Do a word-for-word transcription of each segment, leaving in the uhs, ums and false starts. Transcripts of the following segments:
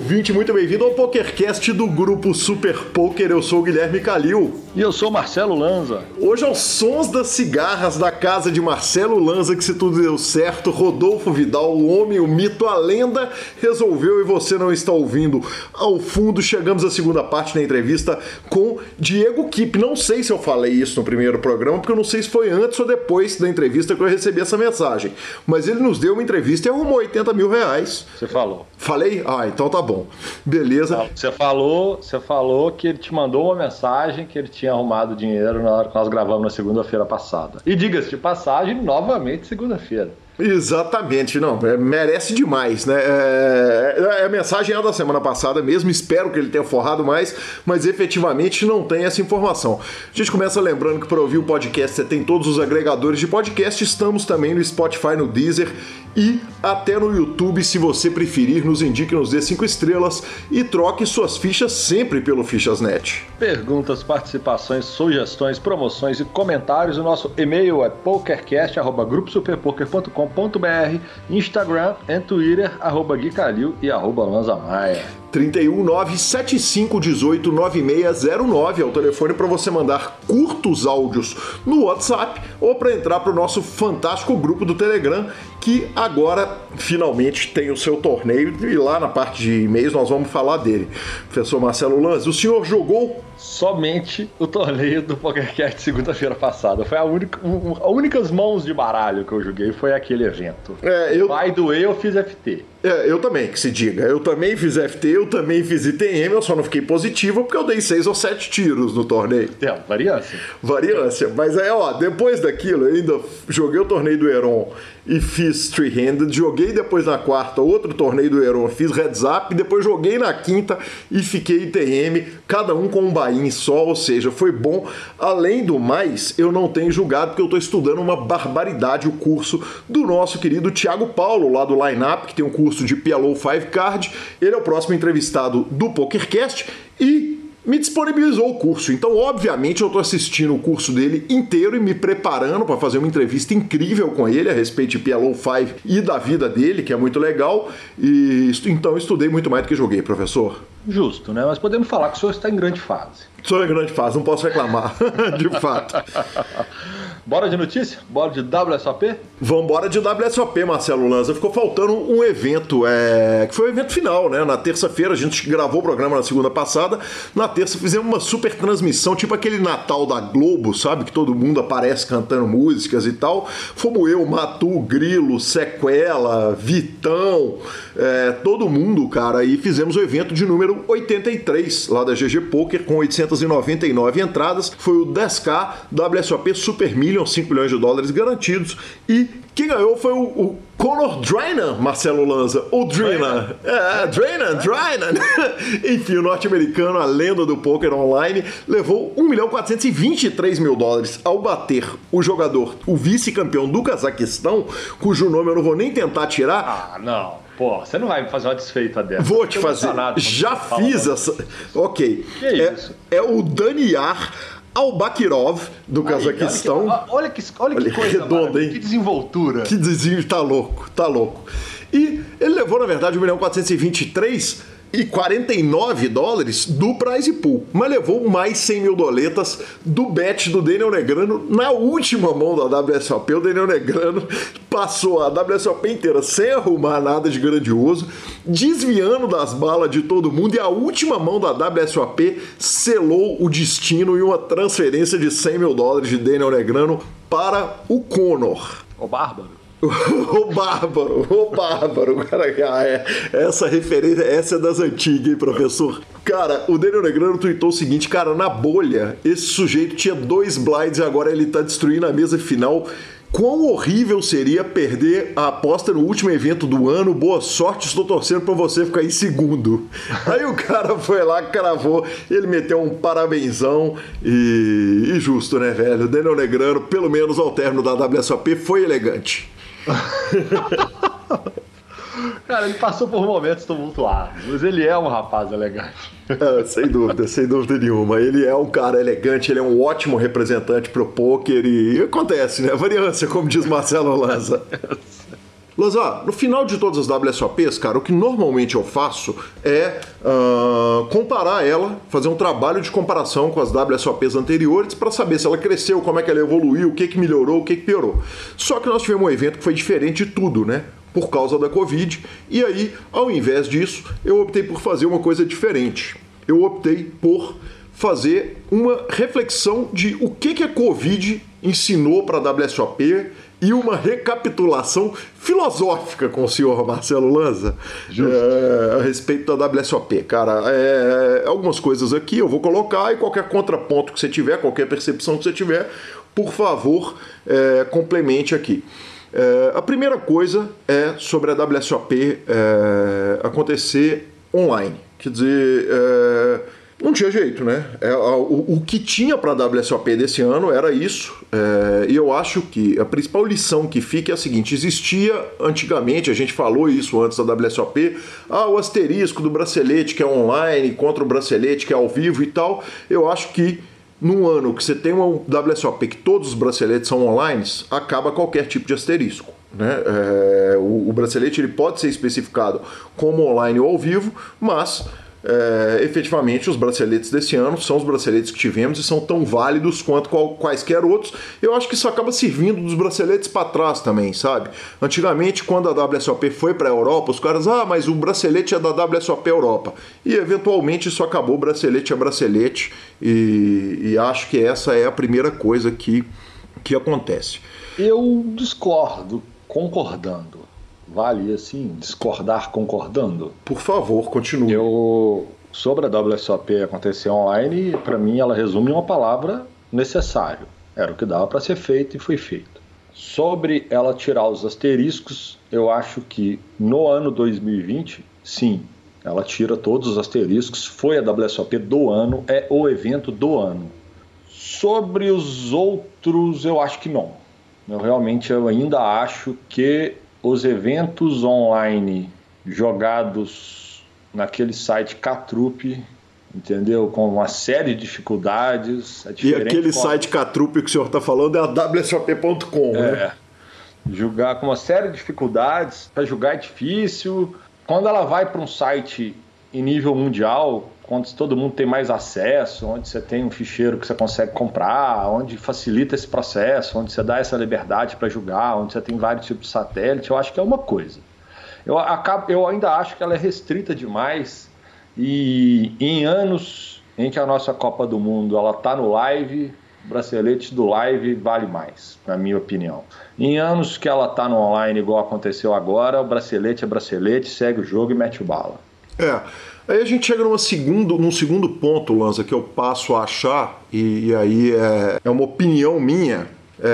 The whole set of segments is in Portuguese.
ouvinte, muito bem-vindo ao PokerCast do grupo Super Poker. Eu sou o Guilherme Calil. E eu sou o Marcelo Lanza. Hoje, aos sons das cigarras da casa de Marcelo Lanza, que se tudo deu certo, Rodolfo Vidal, o homem, o mito, a lenda, resolveu e você não está ouvindo. Ao fundo, chegamos à segunda parte da entrevista com Diego Kipp. Não sei se eu falei isso no primeiro programa, porque eu não sei se foi antes ou depois da entrevista que eu recebi essa mensagem. Mas ele nos deu uma entrevista e arrumou oitenta mil reais. Você falou. Falei? Ah, então tá bom. Beleza. Você falou, você falou que ele te mandou uma mensagem que ele tinha arrumado dinheiro na hora que nós gravamos na segunda-feira passada. E diga-se de passagem, novamente segunda-feira. Exatamente, não, é, merece demais, né? É, é, a mensagem é da semana passada mesmo, espero que ele tenha forrado mais, mas efetivamente não tem essa informação. A gente começa lembrando que para ouvir o podcast você tem todos os agregadores de podcast, estamos também no Spotify, no Deezer e até no YouTube, se você preferir, nos indique, nos dê cinco estrelas e troque suas fichas sempre pelo Fichas.net. Perguntas, participações, sugestões, promoções e comentários, o nosso e-mail é pokercast arroba grupo superpoker ponto com ponto b r, Instagram e Twitter, arroba Gui Calil e arroba Lanza Maia. trinta e um, nove sete cinco, dezoito, noventa e seis zero nove é o telefone para você mandar curtos áudios no WhatsApp ou para entrar para o nosso fantástico grupo do Telegram, que agora finalmente tem o seu torneio e lá na parte de e-mails nós vamos falar dele. Professor Marcelo Lanza, o senhor jogou somente o torneio do PokerCast segunda-feira passada. Foi a única, um, a únicas mãos de baralho que eu joguei foi aquele evento. É, eu... Vai doer, eu fiz F T. É, eu também, que se diga. Eu também fiz F T, eu também fiz I T M, eu só não fiquei positivo porque eu dei seis ou sete tiros no torneio. É, variância. Variância. Mas aí, ó, depois daquilo, eu ainda joguei o torneio do Heron e fiz three-handed, joguei depois na quarta outro torneio do Heron, fiz heads up, depois joguei na quinta e fiquei I T M, cada um com um buy-in só, ou seja, foi bom. Além do mais, eu não tenho julgado porque eu estou estudando uma barbaridade o curso do nosso querido Thiago Paulo, lá do Lineup, que tem um curso de P L O cinco Card. Ele é o próximo entrevistado do PokerCast e me disponibilizou o curso. Então, obviamente, eu estou assistindo o curso dele inteiro e me preparando para fazer uma entrevista incrível com ele a respeito de P L O cinco e da vida dele, que é muito legal. E então, estudei muito mais do que joguei, professor. Justo, né? Mas podemos falar que o senhor está em grande fase. Estou em grande fase, não posso reclamar, de fato. Bora de notícia? Bora de W S O P? Vambora de W S O P, Marcelo Lanza. Ficou faltando um evento, é... que foi o evento final, né? Na terça-feira, a gente gravou o programa na segunda passada. Na terça fizemos uma super transmissão, tipo aquele Natal da Globo, sabe? Que todo mundo aparece cantando músicas e tal. Fomos eu, Matu, Grilo, Sequela, Vitão, é... todo mundo, cara. E fizemos o evento de número oitenta e três, lá da G G Poker, com oitocentas e noventa e nove entradas. Foi o dez K W S O P Super Million, cinco milhões de dólares garantidos. E quem ganhou foi o, o Conor Drynan, Marcelo Lanza. Ou Drynan. É, Drynan, Drynan. Enfim, o norte-americano, a lenda do poker online, levou um milhão quatrocentos e vinte e três mil dólares ao bater o jogador, o vice-campeão do Cazaquistão, cujo nome eu não vou nem tentar tirar. Ah, não. Pô, você não vai me fazer uma desfeita dessa. Vou te fazer. Já fiz essa. Ok. Que é isso? É, é o Daniar Albakirov, do Aí, Cazaquistão. Olha que, olha que, olha que coisa redonda, hein? Que desenvoltura. Que desenvoltura. Tá louco, tá louco. E ele levou, na verdade, um milhão quatrocentos e vinte e três e quarenta e nove dólares do prize pool, mas levou mais cem mil doletas do bet do Daniel Negreanu na última mão da W S O P. O Daniel Negreanu passou a W S O P inteira sem arrumar nada de grandioso, desviando das balas de todo mundo, e a última mão da W S O P selou o destino e uma transferência de cem mil dólares de Daniel Negreanu para o Conor. O bárbaro. O bárbaro, o bárbaro, cara, é, essa referência, essa é das antigas, hein, professor? Cara, o Daniel Negreanu tweetou o seguinte, cara, na bolha, esse sujeito tinha dois blinds e agora ele tá destruindo a mesa final. Quão horrível seria perder a aposta no último evento do ano? Boa sorte, estou torcendo pra você ficar em segundo. Aí o cara foi lá, cravou, ele meteu um parabenzão e, e justo, né, velho? O Daniel Negreanu, pelo menos ao término da W S O P, foi elegante. Cara, ele passou por momentos tumultuados, mas ele é um rapaz elegante. É, sem dúvida, sem dúvida nenhuma. Ele é um cara elegante, ele é um ótimo representante pro poker e acontece, né? Variância, como diz Marcelo Lanza. Lazar, no final de todas as W S O Ps, cara, o que normalmente eu faço é uh, comparar ela, fazer um trabalho de comparação com as W S O Ps anteriores para saber se ela cresceu, como é que ela evoluiu, o que que melhorou, o que que piorou. Só que nós tivemos um evento que foi diferente de tudo, né? Por causa da Covid, e aí, ao invés disso, eu optei por fazer uma coisa diferente. Eu optei por fazer uma reflexão de o que que a Covid ensinou para a W S O P e uma recapitulação filosófica com o senhor Marcelo Lanza é, a respeito da W S O P. Cara, é, algumas coisas aqui eu vou colocar e qualquer contraponto que você tiver, qualquer percepção que você tiver, por favor, é, complemente aqui. É, a primeira coisa é sobre a W S O P é, acontecer online. Quer dizer, é, não tinha jeito, né? É, o, o que tinha para a W S O P desse ano era isso. É, e eu acho que a principal lição que fica é a seguinte: existia antigamente, a gente falou isso antes da W S O P, ah, o asterisco do bracelete que é online contra o bracelete que é ao vivo e tal. Eu acho que num ano que você tem uma W S O P que todos os braceletes são online, acaba qualquer tipo de asterisco, né? É, o, o bracelete ele pode ser especificado como online ou ao vivo, mas é, efetivamente os braceletes desse ano são os braceletes que tivemos e são tão válidos quanto qual, quaisquer outros. Eu acho que isso acaba servindo dos braceletes para trás também, sabe? Antigamente, quando a W S O P foi para a Europa, os caras, ah, mas o bracelete é da W S O P Europa. E eventualmente isso acabou, bracelete é bracelete, e, e acho que essa é a primeira coisa que, que acontece. Eu discordo, concordando. Vale, assim, discordar concordando? Por favor, continue. Eu, sobre a W S O P acontecer online, para mim ela resume uma palavra: necessário. Era o que dava para ser feito e foi feito. Sobre ela tirar os asteriscos, eu acho que no ano dois mil e vinte, sim, ela tira todos os asteriscos, foi a W S O P do ano, é o evento do ano. Sobre os outros, eu acho que não. Eu realmente eu ainda acho que os eventos online jogados naquele site Catrupe, entendeu? Com uma série de dificuldades. É e aquele com... site Catrupe que o senhor está falando é a W S O P ponto com, é, né? Jogar com uma série de dificuldades, para jogar é difícil. Quando ela vai para um site em nível mundial, onde todo mundo tem mais acesso, onde você tem um ficheiro que você consegue comprar, onde facilita esse processo, onde você dá essa liberdade para jogar, onde você tem vários tipos de satélite, eu acho que é uma coisa. Eu, acabo, eu ainda acho que ela é restrita demais, e em anos em que a nossa Copa do Mundo ela está no live, o bracelete do live vale mais, na minha opinião. Em anos que ela está no online, igual aconteceu agora, o bracelete é bracelete, segue o jogo e mete bala. É, aí a gente chega numa segundo, num segundo ponto, Lanza, que eu passo a achar, e, e aí é, é uma opinião minha,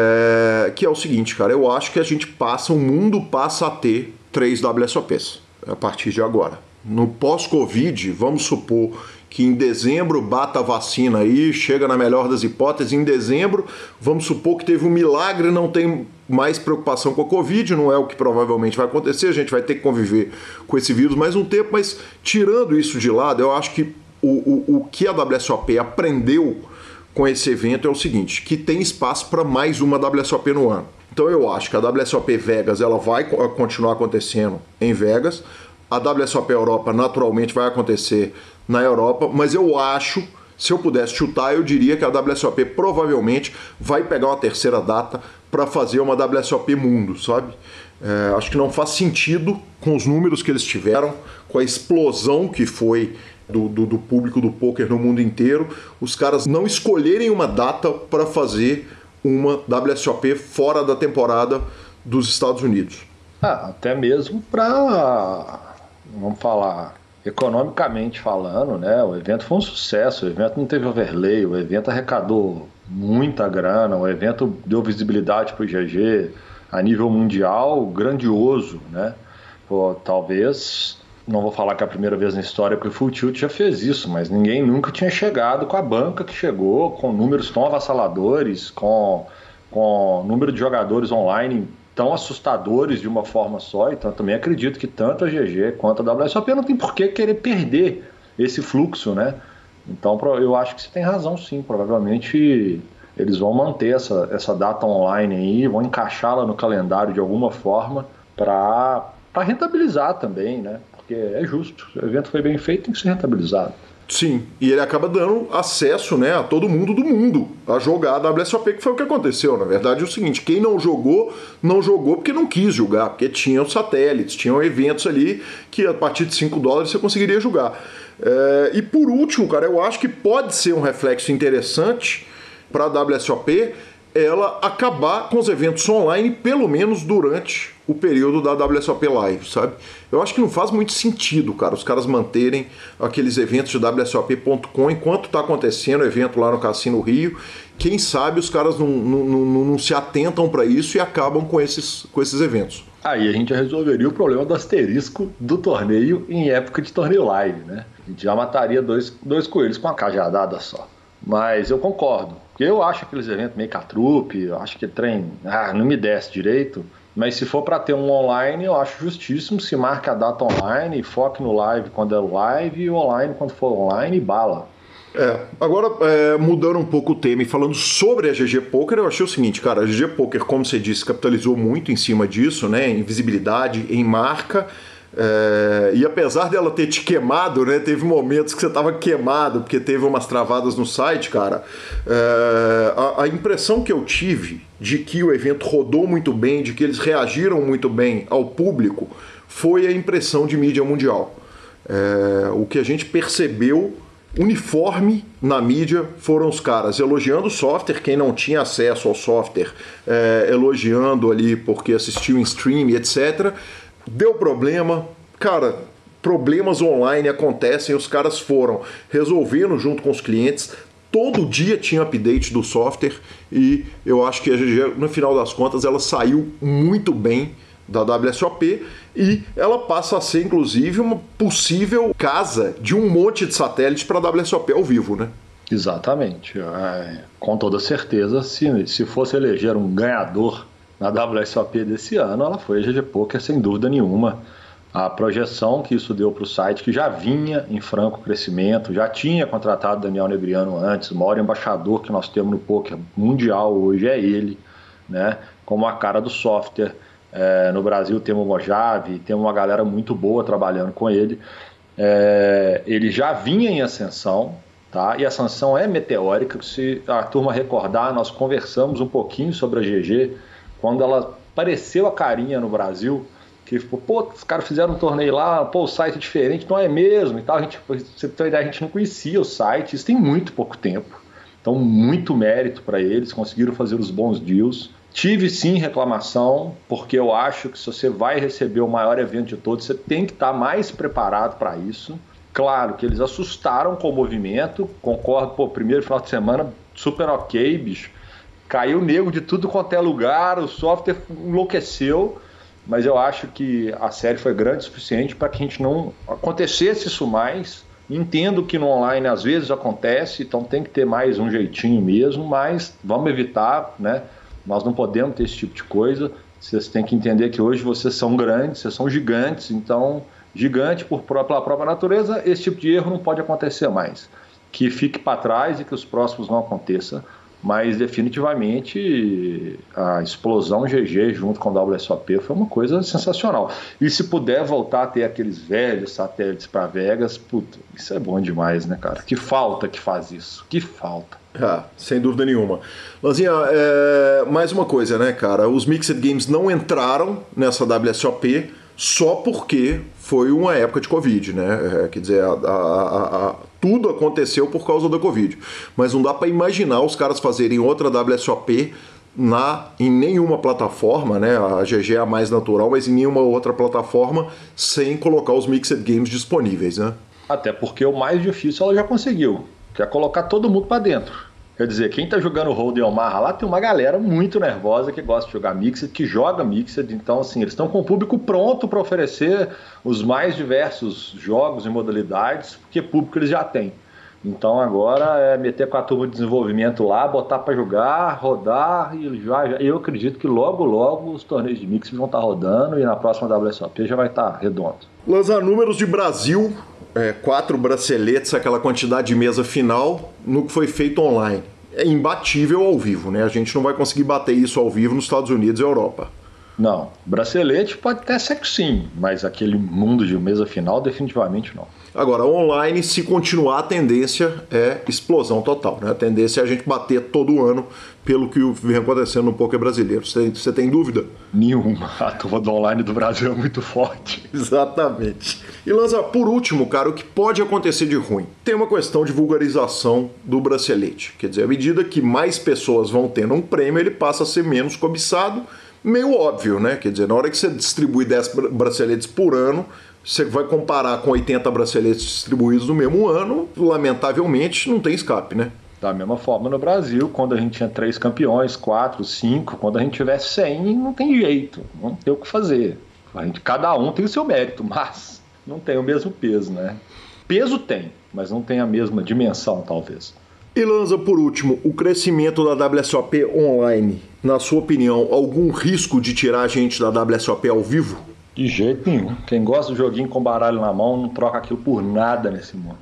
é, que é o seguinte, cara, eu acho que a gente passa, o mundo passa a ter três W S O Ps a partir de agora. No pós-Covid, vamos supor que em dezembro bata a vacina aí, chega na melhor das hipóteses, em dezembro, vamos supor que teve um milagre, não tem mais preocupação com a Covid, não é o que provavelmente vai acontecer, a gente vai ter que conviver com esse vírus mais um tempo, mas tirando isso de lado, eu acho que o, o, o que a W S O P aprendeu com esse evento é o seguinte, que tem espaço para mais uma W S O P no ano. Então eu acho que a W S O P Vegas ela vai continuar acontecendo em Vegas, a W S O P Europa naturalmente vai acontecer na Europa, mas eu acho, se eu pudesse chutar, eu diria que a W S O P provavelmente vai pegar uma terceira data para fazer uma W S O P Mundo, sabe? É, acho que não faz sentido com os números que eles tiveram, com a explosão que foi do, do, do público do poker no mundo inteiro, os caras não escolherem uma data para fazer uma W S O P fora da temporada dos Estados Unidos. Ah, até mesmo para, vamos falar, economicamente falando, né? O evento foi um sucesso, o evento não teve overlay, o evento arrecadou muita grana, o evento deu visibilidade para o G G a nível mundial, grandioso, né? Pô, talvez, não vou falar que é a primeira vez na história que o Full Tilt já fez isso, mas ninguém nunca tinha chegado com a banca que chegou, com números tão avassaladores, com, com número de jogadores online tão assustadores de uma forma só. Então também acredito que tanto a G G quanto a W S O P não tem por que querer perder esse fluxo, né? Então eu acho que você tem razão, sim. Provavelmente eles vão manter essa, essa data online aí, vão encaixá-la no calendário de alguma forma para rentabilizar também, né? Porque é justo, o evento foi bem feito, tem que ser rentabilizado. Sim, e ele acaba dando acesso, né, a todo mundo do mundo a jogar a W S O P, que foi o que aconteceu. Na verdade é o seguinte, quem não jogou, não jogou porque não quis jogar, porque tinham satélites, tinham eventos ali que a partir de cinco dólares você conseguiria jogar. É, e por último, cara, eu acho que pode ser um reflexo interessante para a W S O P ela acabar com os eventos online, pelo menos durante o período da W S O P Live, sabe? Eu acho que não faz muito sentido, cara, os caras manterem aqueles eventos de W S O P ponto com enquanto tá acontecendo o evento lá no Cassino Rio. Quem sabe os caras não, não, não, não se atentam para isso e acabam com esses, com esses eventos. Aí a gente já resolveria o problema do asterisco do torneio em época de torneio live, né? A gente já mataria dois, dois coelhos com uma cajadada só. Mas eu concordo, porque eu acho aqueles eventos meio catrupe, eu acho que trem, ah, não me desce direito, mas se for para ter um online, eu acho justíssimo, se marca a data online, foque no live quando é live e online quando for online e bala. É, agora é, mudando um pouco o tema e falando sobre a G G Poker, eu achei o seguinte, cara, a G G Poker, como você disse, capitalizou muito em cima disso, né, em visibilidade, em marca. É, e apesar dela ter te queimado, né, teve momentos que você estava queimado porque teve umas travadas no site, cara. É, a, a impressão que eu tive de que o evento rodou muito bem, de que eles reagiram muito bem ao público, foi a impressão de mídia mundial. É, o que a gente percebeu uniforme na mídia foram os caras elogiando o software, quem não tinha acesso ao software, é, elogiando ali porque assistiu em stream, etcétera. Deu problema, cara, problemas online acontecem, os caras foram resolvendo junto com os clientes, todo dia tinha update do software e eu acho que a G G, no final das contas, ela saiu muito bem da W S O P e ela passa a ser, inclusive, uma possível casa de um monte de satélites para a W S O P ao vivo, né? Exatamente, é, com toda certeza, se, se fosse eleger um ganhador na W S O P desse ano, ela foi a G G Poker, sem dúvida nenhuma. A projeção que isso deu para o site, que já vinha em franco crescimento, já tinha contratado Daniel Negriano antes, o maior embaixador que nós temos no poker mundial hoje é ele, né? Como a cara do software. É, no Brasil temos o Mojave, temos uma galera muito boa trabalhando com ele. É, ele já vinha em ascensão, tá? E a ascensão é meteórica. Se a turma recordar, nós conversamos um pouquinho sobre a G G quando ela apareceu a carinha no Brasil, que pô, os caras fizeram um torneio lá, pô, o site é diferente, não é mesmo e tal. A gente, você tem uma ideia, a gente não conhecia o site, isso tem muito pouco tempo. Então, muito mérito para eles, conseguiram fazer os bons deals. Tive sim reclamação, porque eu acho que se você vai receber o maior evento de todos, você tem que estar mais preparado para isso. Claro que eles assustaram com o movimento, concordo, pô, primeiro final de semana, super ok, bicho. Caiu nego de tudo quanto é lugar, o software enlouqueceu, mas eu acho que a série foi grande o suficiente para que a gente não acontecesse isso mais. Entendo que no online às vezes acontece, então tem que ter mais um jeitinho mesmo, mas vamos evitar, né? Nós não podemos ter esse tipo de coisa. Vocês têm que entender que hoje vocês são grandes, vocês são gigantes, então, gigante por, pela própria natureza, esse tipo de erro não pode acontecer mais. Que fique para trás e que os próximos não aconteçam, mas definitivamente a explosão G G junto com o W S O P foi uma coisa sensacional. E se puder voltar a ter aqueles velhos satélites para Vegas, puta, isso é bom demais, né, cara? Que falta que faz isso, que falta. Ah, sem dúvida nenhuma. Lanzinha, é... mais uma coisa, né, cara? Os Mixed Games não entraram nessa W S O P só porque foi uma época de Covid, né? É, quer dizer, a, a, a, tudo aconteceu por causa da Covid. Mas não dá para imaginar os caras fazerem outra W S O P na, em nenhuma plataforma, né? A G G é a mais natural, mas em nenhuma outra plataforma sem colocar os Mixed Games disponíveis, né? Até porque o mais difícil ela já conseguiu, que é colocar todo mundo para dentro. Quer dizer, quem tá jogando Hold'em Omaha lá tem uma galera muito nervosa que gosta de jogar Mixed, que joga Mixed, então assim, eles estão com o público pronto para oferecer os mais diversos jogos e modalidades, porque público eles já têm. Então agora é meter com a turma de desenvolvimento lá, botar para jogar, rodar, e já, já, eu acredito que logo logo os torneios de Mixed vão estar rodando e na próxima W S O P já vai estar redondo. Lançar números de Brasil. É, quatro braceletes, aquela quantidade de mesa final no que foi feito online. É imbatível ao vivo, né? A gente não vai conseguir bater isso ao vivo nos Estados Unidos e Europa. Não, bracelete pode ter sexo sim, mas aquele mundo de mesa final definitivamente não. Agora, online, se continuar, a tendência é explosão total, né? A tendência é a gente bater todo ano pelo que vem acontecendo no poker brasileiro. Você, você tem dúvida? Nenhuma. A turma do online do Brasil é muito forte. Exatamente. E Lanza, por último, cara, o que pode acontecer de ruim? Tem uma questão de vulgarização do bracelete. Quer dizer, à medida que mais pessoas vão tendo um prêmio, ele passa a ser menos cobiçado. Meio óbvio, né? Quer dizer, na hora que você distribui dez braceletes por ano, você vai comparar com oitenta braceletes distribuídos no mesmo ano, lamentavelmente não tem escape, né? Da mesma forma no Brasil, quando a gente tinha três campeões, quatro, cinco, quando a gente tivesse cem, não tem jeito, não tem o que fazer. A gente, cada um tem o seu mérito, mas não tem o mesmo peso, né? Peso tem, mas não tem a mesma dimensão, talvez. E Lanza, por último, o crescimento da W S O P online, na sua opinião, algum risco de tirar a gente da W S O P ao vivo? De jeito nenhum. Quem gosta de joguinho com baralho na mão não troca aquilo por nada nesse mundo.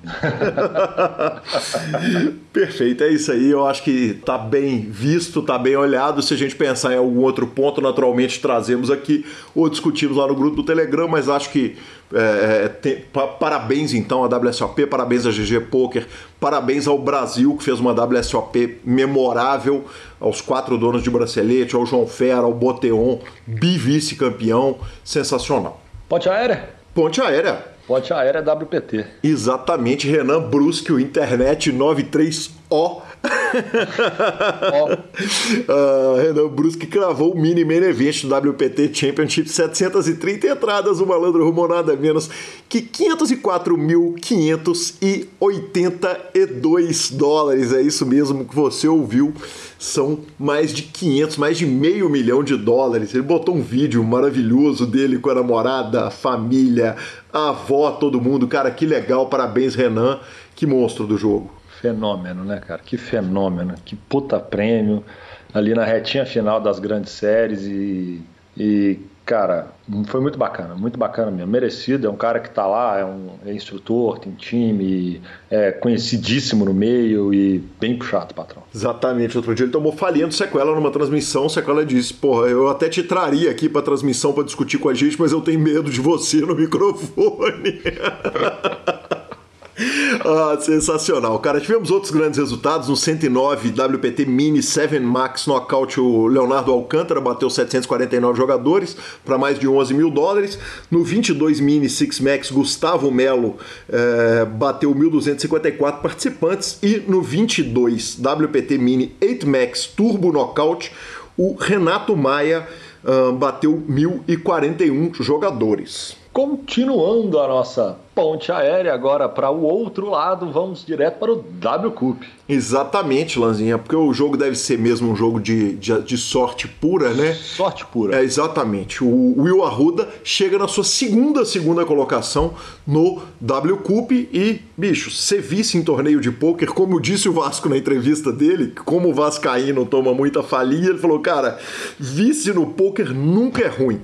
Perfeito, é isso aí. Eu acho que tá bem visto, tá bem olhado. Se a gente pensar em algum outro ponto, naturalmente trazemos aqui ou discutimos lá no grupo do Telegram, mas acho que é, tem, pa, parabéns então à W S O P, parabéns à G G Poker, parabéns ao Brasil que fez uma W S O P memorável, aos quatro donos de bracelete, ao João Fera, ao Boteon, bi-vice-campeão, sensacional. Ponte aérea? Ponte aérea. Ponte aérea W P T. Exatamente, Renan Brusque, o Internet noventa e três O. Oh. uh, Renan Brusque cravou o mini main event do W P T Championship, setecentas e trinta entradas, o malandro rumou nada menos que quinhentos e quatro mil quinhentos e oitenta e dois dólares, é isso mesmo que você ouviu, são mais de quinhentos, mais de meio milhão de dólares. Ele botou um vídeo maravilhoso dele com a namorada, a família, a avó, todo mundo, cara, que legal, parabéns Renan, que monstro do jogo. Fenômeno, né, cara? Que fenômeno, que puta prêmio ali na retinha final das grandes séries e, e cara, foi muito bacana, muito bacana mesmo, merecido. É um cara que tá lá, é um é instrutor, tem time, é conhecidíssimo no meio e bem puxado, patrão. Exatamente, outro dia ele tomou falinha do Sequela numa transmissão. O Sequela disse, porra, eu até te traria aqui pra transmissão pra discutir com a gente, mas eu tenho medo de você no microfone. Ah, sensacional, cara. Tivemos outros grandes resultados. No cento e nove W P T Mini sete Max Knockout, o Leonardo Alcântara bateu setecentos e quarenta e nove jogadores para mais de onze mil dólares. No vinte e dois Mini seis Max, Gustavo Melo eh, bateu mil duzentos e cinquenta e quatro participantes. E no vinte e dois W P T Mini oito Max Turbo Knockout, o Renato Maia uh, bateu mil e quarenta e um jogadores. Continuando a nossa ponte aérea agora para o outro lado, vamos direto para o W Cup. Exatamente, Lanzinha, porque o jogo deve ser mesmo um jogo de, de, de sorte pura, né? Sorte pura. É, exatamente. O Will Arruda chega na sua segunda, segunda colocação no W Cup e, bicho, ser vice em torneio de pôquer, como disse o Vasco na entrevista dele, como o vascaíno toma muita falia, ele falou, cara, vice no pôquer nunca é ruim.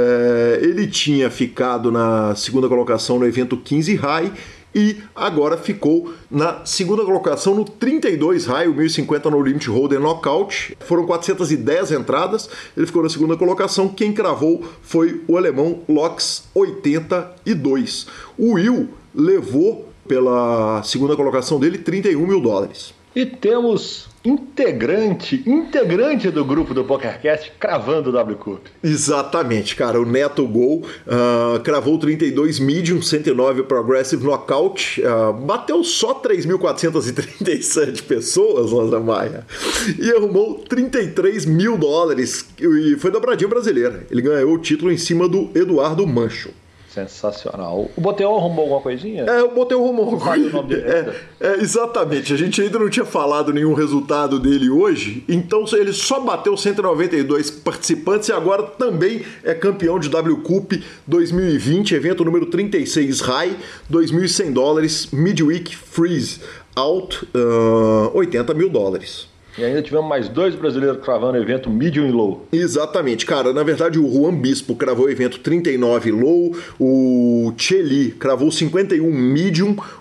É, ele tinha ficado na segunda colocação no evento quinze High e agora ficou na segunda colocação no trinta e dois High, o mil e cinquenta no Limit Holder Knockout. Foram quatrocentas e dez entradas, ele ficou na segunda colocação. Quem cravou foi o alemão Lox oitenta e dois. O Will levou pela segunda colocação dele trinta e um mil dólares. E temos integrante, integrante do grupo do PokerCast cravando o W Cup. Exatamente, cara. O Neto Gol uh, cravou trinta e dois Medium, cento e nove Progressive Knockout. Uh, bateu só três mil quatrocentas e trinta e sete pessoas, Lanza Maia. E arrumou trinta e três mil dólares. E foi dobradinha brasileira. Ele ganhou o título em cima do Eduardo Mancho. Sensacional. O Boteon arrumou alguma coisinha? É, o Boteon arrumou alguma coisa. É, é, exatamente. A gente ainda não tinha falado nenhum resultado dele hoje, então ele só bateu cento e noventa e dois participantes e agora também é campeão de W Cup dois mil e vinte, evento número trinta e seis High, dois mil e cem dólares, Midweek Freeze Out, uh, oitenta mil dólares. E ainda tivemos mais dois brasileiros cravando o evento Medium e Low. Exatamente, cara. Na verdade, o Juan Bispo cravou o evento trinta e nove Low, o Cheli cravou cinquenta e um Medium,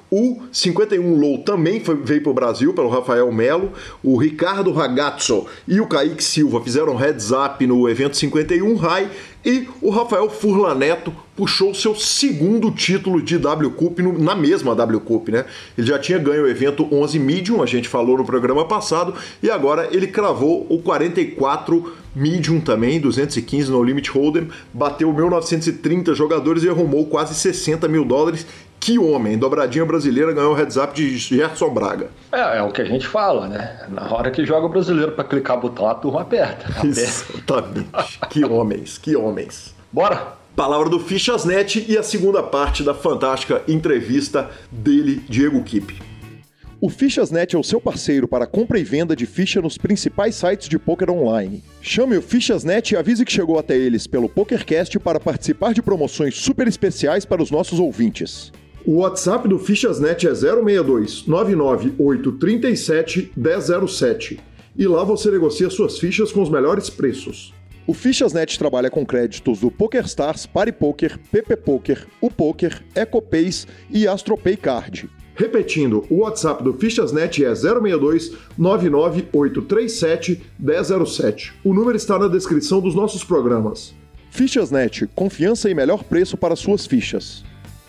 O cinquenta e um Low também foi, veio para o Brasil pelo Rafael Melo. O Ricardo Ragazzo e o Kaique Silva fizeram heads up no evento cinquenta e um High. E o Rafael Furlaneto puxou seu segundo título de W Cup no, na mesma W Cup, né? Ele já tinha ganho o evento onze Medium, a gente falou no programa passado, e agora ele cravou o quarenta e quatro Medium também, duzentos e quinze no Limit Hold'em, bateu mil novecentos e trinta jogadores e arrumou quase sessenta mil dólares. Que homem, dobradinha brasileira, ganhou o heads up de Gerson Braga. É, é o que a gente fala, né? Na hora que joga o brasileiro para clicar o botão, a turma aperta. aperta. Exatamente. Que homens, que homens. Bora! Palavra do Fichasnet e a segunda parte da fantástica entrevista dele, Diego Kipp. O Fichasnet é o seu parceiro para compra e venda de ficha nos principais sites de pôquer online. Chame o Fichasnet e avise que chegou até eles pelo PokerCast para participar de promoções super especiais para os nossos ouvintes. O WhatsApp do Fichasnet é zero seis dois, nove nove oito três sete, um zero zero sete e lá você negocia suas fichas com os melhores preços. O Fichasnet trabalha com créditos do PokerStars, PariPoker, P P Poker, o Poker, EcoPays e AstroPay Card. Repetindo, o WhatsApp do Fichasnet é zero seis dois, nove nove oito três sete, um zero zero sete. O número está na descrição dos nossos programas. Fichasnet, confiança e melhor preço para suas fichas.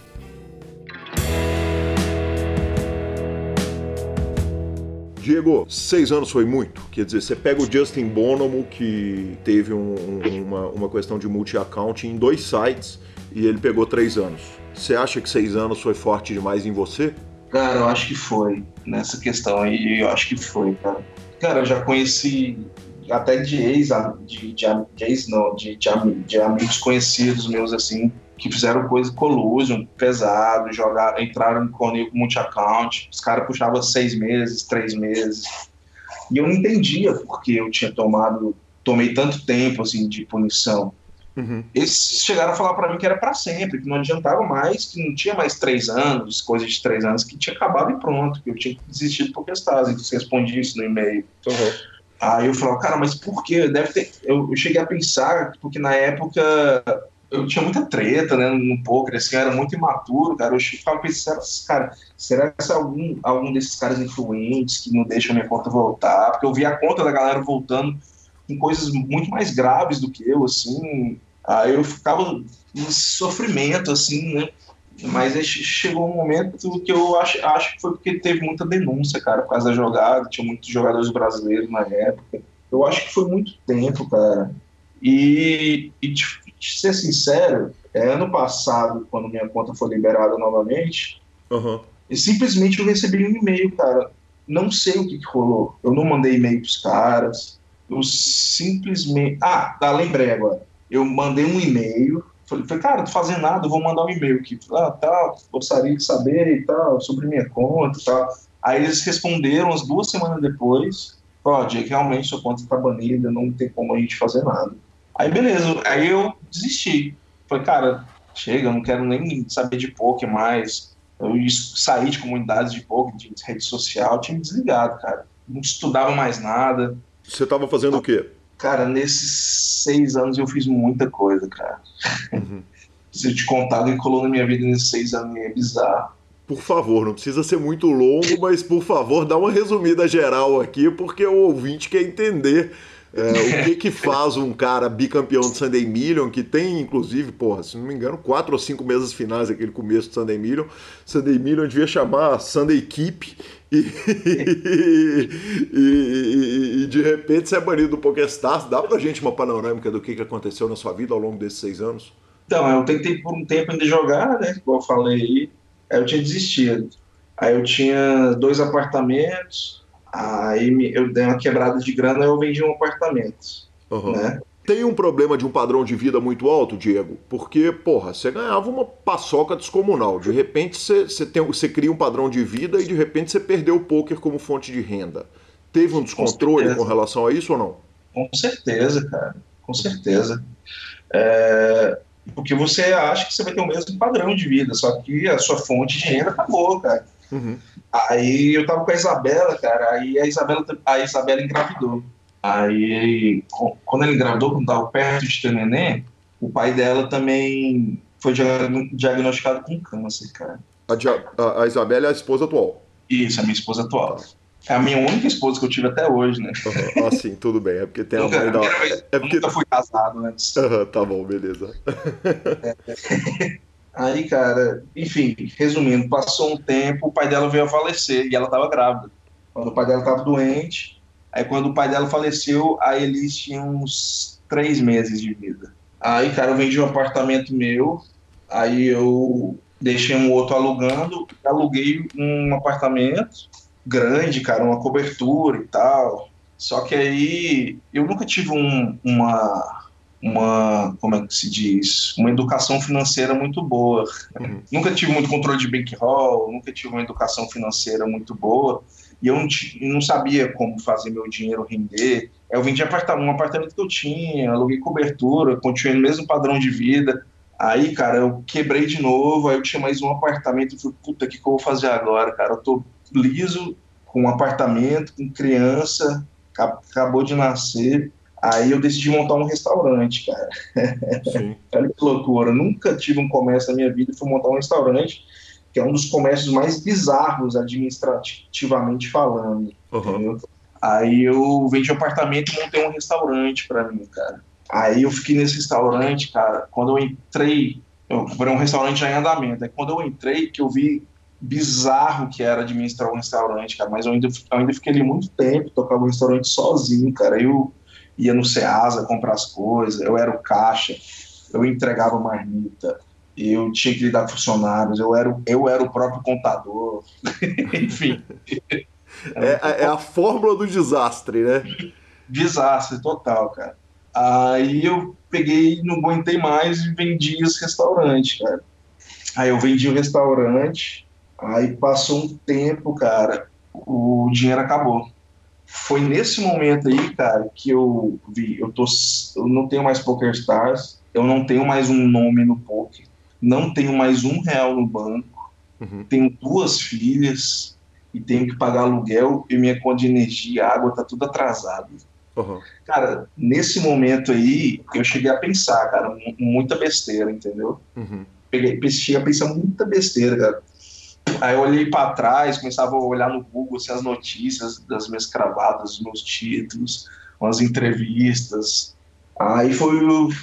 Diego, seis anos foi muito? Quer dizer, você pega o Justin Bonomo, que teve um, um, uma, uma questão de multi-account em dois sites, e ele pegou três anos. Você acha que seis anos foi forte demais em você? Cara, eu acho que foi, nessa questão aí, eu acho que foi, cara. Cara, eu já conheci até de ex, de, de, de ex não, de, de, de amigos conhecidos meus, assim, que fizeram coisa collusion, pesado, jogaram, entraram comigo com multi-account, os caras puxavam seis meses, três meses, e eu não entendia porque eu tinha tomado, tomei tanto tempo, assim, de punição. Uhum. Eles chegaram a falar pra mim que era pra sempre, que não adiantava mais, que não tinha mais três anos, coisa de três anos, que tinha acabado e pronto, que eu tinha que desistir do PokerStars, então você respondia isso no e-mail. Uhum. Aí eu falava, cara, mas por quê? Deve ter... eu, eu cheguei a pensar, porque na época eu tinha muita treta, né, no poker, assim, eu era muito imaturo, cara, eu ficava pensando, cara, será que é algum, algum desses caras influentes que não deixam a minha conta voltar? Porque eu vi a conta da galera voltando com coisas muito mais graves do que eu, assim, aí eu ficava em sofrimento, assim, né, mas aí chegou um momento que eu acho, acho que foi porque teve muita denúncia, cara, por causa da jogada, tinha muitos jogadores brasileiros na época, eu acho que foi muito tempo, cara, e, e de, de ser sincero, é, ano passado, quando minha conta foi liberada novamente, uhum. e simplesmente eu recebi um e-mail, cara, não sei o que, que rolou, eu não mandei e-mail pros caras, eu simplesmente... Ah, tá, lembrei agora. Eu mandei um e-mail. Falei, cara, não tô fazendo nada, eu vou mandar um e-mail aqui. Ah, tá, gostaria de saber e tal, sobre minha conta e tal. Aí eles responderam umas duas semanas depois. Ó, Diego, realmente sua conta tá banida, não tem como a gente fazer nada. Aí beleza, aí eu desisti. Falei, cara, chega, eu não quero nem saber de poker mais. Eu saí de comunidades de poker, de rede social, tinha me desligado, cara. Não estudava mais nada. Você estava fazendo o quê? Cara, nesses seis anos eu fiz muita coisa, cara. Uhum. Se eu te contar o que colou na minha vida nesses seis anos, é bizarro. Por favor, não precisa ser muito longo, mas por favor, dá uma resumida geral aqui, porque o ouvinte quer entender é, o que que faz um cara bicampeão do Sunday Million, que tem, inclusive, porra, se não me engano, quatro ou cinco meses finais aquele começo do Sunday Million. Sunday Million devia chamar Sunday Keep. E, e, e, e de repente você é banido do PokerStars. Dá pra gente uma panorâmica do que, que aconteceu na sua vida ao longo desses seis anos? Então, eu tentei por um tempo ainda jogar, né, igual eu falei aí, aí eu tinha desistido. Aí eu tinha dois apartamentos, aí eu dei uma quebrada de grana e eu vendi um apartamento, uhum. né? Tem um problema de um padrão de vida muito alto, Diego? Porque, porra, você ganhava uma paçoca descomunal. De repente, você, você, tem, você cria um padrão de vida e, de repente, você perdeu o poker como fonte de renda. Teve um descontrole com, com relação a isso ou não? Com certeza, cara. Com certeza. É... Porque você acha que você vai ter o mesmo padrão de vida, só que a sua fonte de renda acabou, cara. Uhum. Aí eu tava com a Isabela, cara, aí a Isabela, a Isabela engravidou. Aí, quando ela engravidou, quando estava perto de ter neném, o pai dela também foi diagnosticado com câncer, cara. A, a, a Isabela é a esposa atual? Isso, a minha esposa atual. É a minha única esposa que eu tive até hoje, né? Uhum. Ah, sim, tudo bem. É porque tem nunca, a mãe da... vez, É porque... Eu nunca fui casado antes. Uhum, tá bom, beleza. Aí, cara, enfim, resumindo, passou um tempo, o pai dela veio a falecer e ela estava grávida. Quando o pai dela estava doente, aí quando o pai dela faleceu, a Elis tinha uns três meses de vida. Aí, cara, eu vendi um apartamento meu, aí eu deixei um outro alugando, aluguei um apartamento grande, cara, uma cobertura e tal. Só que aí eu nunca tive um, uma, uma, como é que se diz? Uma educação financeira muito boa. Uhum. Nunca tive muito controle de bankroll, nunca tive uma educação financeira muito boa. E eu não, não sabia como fazer meu dinheiro render. Eu vendi apartamento, um apartamento que eu tinha, aluguei cobertura, continuei no mesmo padrão de vida. Aí, cara, eu quebrei de novo, aí eu tinha mais um apartamento, eu falei, puta, o que, que eu vou fazer agora, cara? Eu tô liso, com um apartamento, com criança, acabou de nascer. Aí eu decidi montar um restaurante, cara. Sim. Olha que loucura, eu nunca tive um comércio na minha vida e fui montar um restaurante, que é um dos comércios mais bizarros administrativamente falando, uhum. entendeu? Aí eu vendi um apartamento e montei um restaurante pra mim, cara. Aí eu fiquei nesse restaurante, cara, quando eu entrei, eu era um restaurante já em andamento, aí quando eu entrei, que eu vi bizarro que era administrar um restaurante, cara, mas eu ainda, eu ainda fiquei ali muito tempo, tocava um restaurante sozinho, cara, eu ia no Ceasa comprar as coisas, eu era o caixa, eu entregava marmita, eu tinha que lidar com funcionários, eu era, eu era o próprio contador, enfim. É, é a fórmula do desastre, né? Desastre total, cara. Aí eu peguei, não aguentei mais e vendi esse restaurante, cara. Aí eu vendi o restaurante, aí passou um tempo, cara, o dinheiro acabou. Foi nesse momento aí, cara, que eu vi, eu, tô, eu não tenho mais PokerStars, eu não tenho mais um nome no poker, não tenho mais um real no banco, uhum. Tenho duas filhas e tenho que pagar aluguel e minha conta de energia e água tá tudo atrasado. Uhum. Cara, nesse momento aí, eu cheguei a pensar, cara, muita besteira, entendeu? Uhum. Peguei, cheguei a pensar muita besteira, cara. Aí eu olhei para trás, começava a olhar no Google assim, as notícias das minhas cravadas, os meus títulos, umas entrevistas. Aí foi,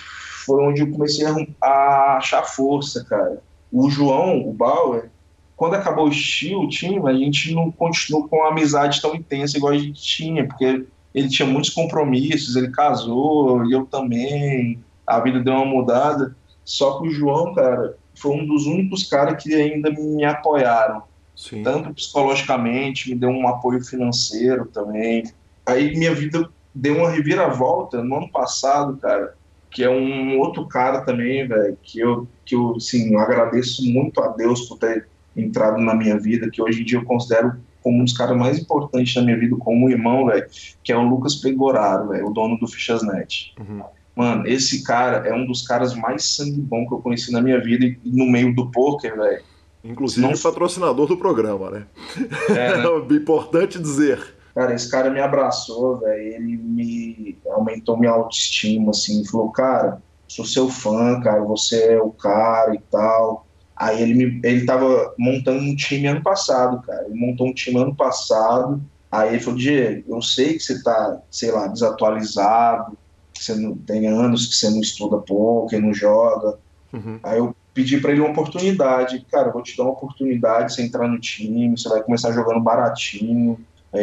foi onde eu comecei a, a achar força, cara. O João, o Bauer, quando acabou o Steel Team, a gente não continuou com uma amizade tão intensa igual a gente tinha, porque ele tinha muitos compromissos, ele casou, e eu também, a vida deu uma mudada. Só que o João, cara, foi um dos únicos caras que ainda me apoiaram. Sim. Tanto psicologicamente, me deu um apoio financeiro também. Aí minha vida deu uma reviravolta no ano passado, cara, que é um outro cara também, velho, que eu, que eu, assim, eu agradeço muito a Deus por ter entrado na minha vida, que hoje em dia eu considero como um dos caras mais importantes da minha vida, como um irmão, velho, que é o Lucas Pegoraro, velho, o dono do Fichasnet. Uhum. Mano, esse cara é um dos caras mais sangue bom que eu conheci na minha vida e no meio do poker, velho. Inclusive não... patrocinador do programa, né? É, né? É importante dizer. Cara, esse cara me abraçou, velho, ele me aumentou minha autoestima, assim, falou, cara, sou seu fã, cara, você é o cara e tal. Aí ele, me, ele tava montando um time ano passado, cara, ele montou um time ano passado, aí ele falou, Diego, eu sei que você tá, sei lá, desatualizado, que você não tem anos que você não estuda poker, não joga. Uhum. Aí eu pedi para ele uma oportunidade. Cara, eu vou te dar uma oportunidade, você entrar no time, você vai começar jogando baratinho.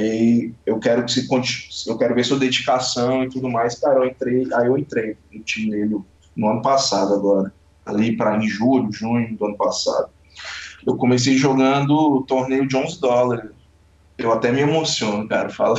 Aí eu quero que você continue, eu quero ver sua dedicação e tudo mais. Cara, eu entrei, aí eu entrei no time dele no ano passado agora, ali para em julho, junho do ano passado. Eu comecei jogando o torneio de onze dólares. Eu até me emociono, cara, fala,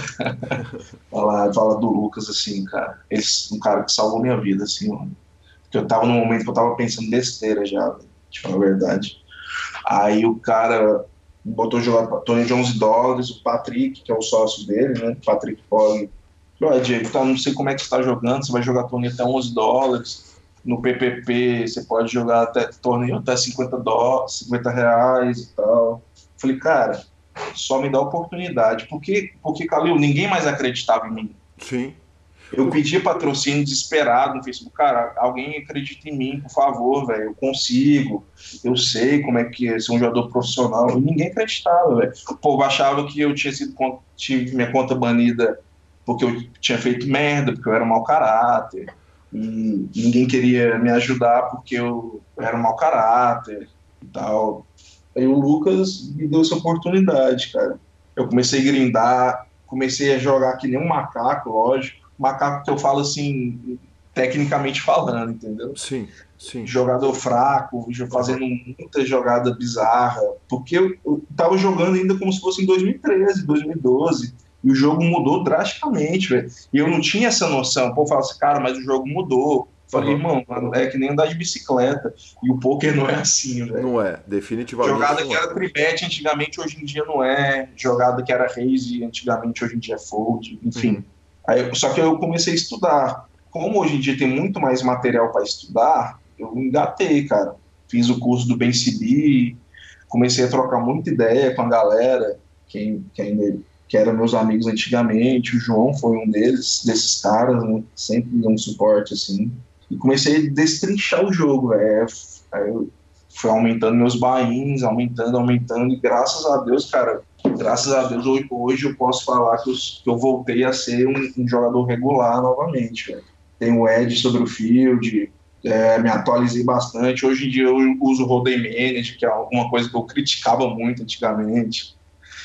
fala, fala do Lucas, assim, cara, ele, um cara que salvou minha vida, assim, mano, porque eu tava num momento que eu tava pensando besteira já, de falar a verdade. Aí o cara botou jogar torneio de onze dólares, o Patrick, que é o sócio dele, né, Patrick Pog, falou, Diego, tá, não sei como é que você tá jogando, você vai jogar torneio até onze dólares, no P P P você pode jogar até torneio até cinquenta dólares, cinquenta reais e tal. Falei, cara, só me dá oportunidade. Porque, porque Calil, ninguém mais acreditava em mim. Sim. Eu pedi patrocínio desesperado no Facebook. Cara, alguém acredita em mim, por favor, velho. Eu consigo. Eu sei como é que é ser um jogador profissional. E ninguém acreditava, velho. O povo achava que eu tinha sido tive minha conta banida porque eu tinha feito merda, porque eu era um mau caráter. E ninguém queria me ajudar porque eu era um mau caráter e tal. Aí o Lucas me deu essa oportunidade, cara. Eu comecei a grindar, comecei a jogar que nem um macaco, lógico. Macaco que eu falo assim, tecnicamente falando, entendeu? Sim, sim. Jogador fraco, fazendo muita jogada bizarra, porque eu, eu tava jogando ainda como se fosse em dois mil e treze, dois mil e doze, e o jogo mudou drasticamente, velho. E eu não tinha essa noção. Pô, eu falo assim, cara, mas o jogo mudou. Falei, Uhum. irmão, mano, é que nem andar de bicicleta. E o poker não é assim, velho. Não é, definitivamente. Jogada não que é. era tribet antigamente, hoje em dia não é. Jogada que era raise antigamente, hoje em dia é fold. Enfim. Uhum. Aí, só que eu comecei a estudar. Como hoje em dia tem muito mais material para estudar, eu engatei, cara. Fiz o curso do Ben C B, comecei a trocar muita ideia com a galera, quem, que ainda que eram meus amigos antigamente. O João foi um deles, desses caras, né? Sempre deu um suporte assim. E comecei a destrinchar o jogo. É, aí eu fui aumentando meus buy-ins, aumentando, aumentando, e graças a Deus, cara, graças a Deus, hoje, hoje eu posso falar que eu, que eu voltei a ser um, um jogador regular novamente, velho. Tenho o Edge sobre o field, é, me atualizei bastante. Hoje em dia eu uso o Hold'em Manage, que é uma coisa que eu criticava muito antigamente.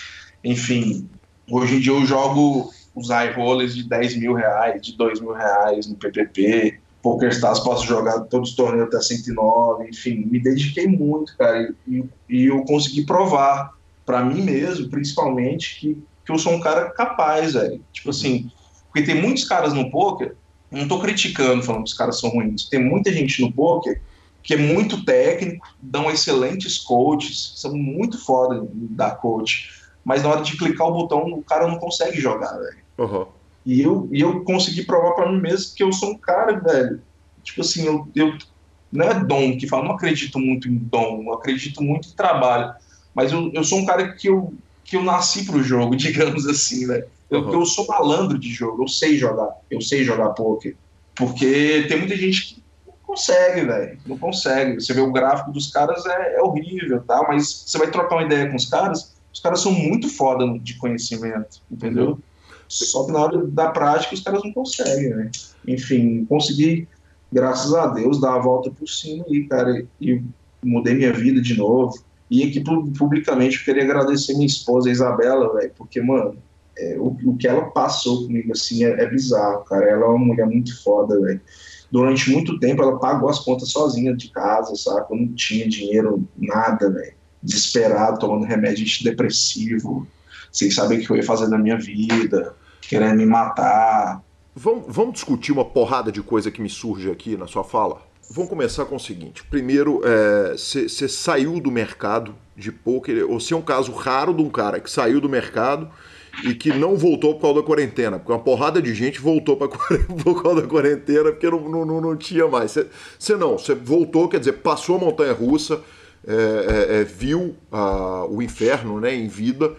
Enfim, hoje em dia eu jogo os high rollers de dez mil reais, de dois mil reais no P P P. PokerStars posso jogar todos os torneios até cento e nove, enfim, me dediquei muito, cara, e, e eu consegui provar para mim mesmo, principalmente, que, que eu sou um cara capaz, velho. Tipo assim, porque tem muitos caras no poker, não tô criticando, falando que os caras são ruins, tem muita gente no poker que é muito técnico, dão excelentes coaches, são muito foda da coach, mas na hora de clicar o botão, o cara não consegue jogar, velho. Uhum. E eu, e eu consegui provar pra mim mesmo que eu sou um cara, velho. Tipo assim, eu, eu não é dom que fala, não acredito muito em dom, eu acredito muito em trabalho. Mas eu, eu sou um cara que eu, que eu nasci pro jogo, digamos assim, velho. Eu, Uhum. eu sou malandro de jogo, eu sei jogar, eu sei jogar poker. Porque tem muita gente que não consegue, velho, não consegue. Você vê o gráfico dos caras, é, é horrível, tá? Mas você vai trocar uma ideia com os caras, os caras são muito foda de conhecimento, entendeu? Só que na hora da prática os caras não conseguem, né? Enfim, consegui, graças a Deus, dar a volta por cima aí, cara, e mudei minha vida de novo. E aqui publicamente eu queria agradecer minha esposa, a Isabela, velho, porque, mano, é, o, o que ela passou comigo, assim, é, é bizarro, cara. Ela é uma mulher muito foda, velho. Durante muito tempo ela pagou as contas sozinha de casa, sabe? Eu não tinha dinheiro, nada, velho. Desesperado, tomando remédio antidepressivo, sem saber o que eu ia fazer na minha vida, querendo me matar. Vamos, vamos discutir uma porrada de coisa que me surge aqui na sua fala? Vamos começar com o seguinte. Primeiro, você é, saiu do mercado de poker, ou você é um caso raro de um cara que saiu do mercado e que não voltou por causa da quarentena, porque uma porrada de gente voltou pra, por causa da quarentena porque não, não, não tinha mais. Você não, você voltou, quer dizer, passou a montanha-russa, é, é, é, viu a, o inferno, né, em vida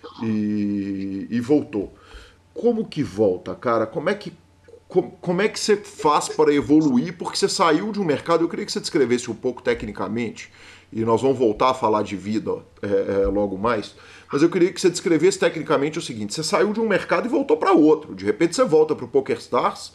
e, e voltou. Como que volta, cara? Como é que como, como é que você faz para evoluir? Porque você saiu de um mercado, eu queria que você descrevesse um pouco tecnicamente, e nós vamos voltar a falar de vida é, é, logo mais, mas eu queria que você descrevesse tecnicamente o seguinte: você saiu de um mercado e voltou para outro. De repente você volta para o PokerStars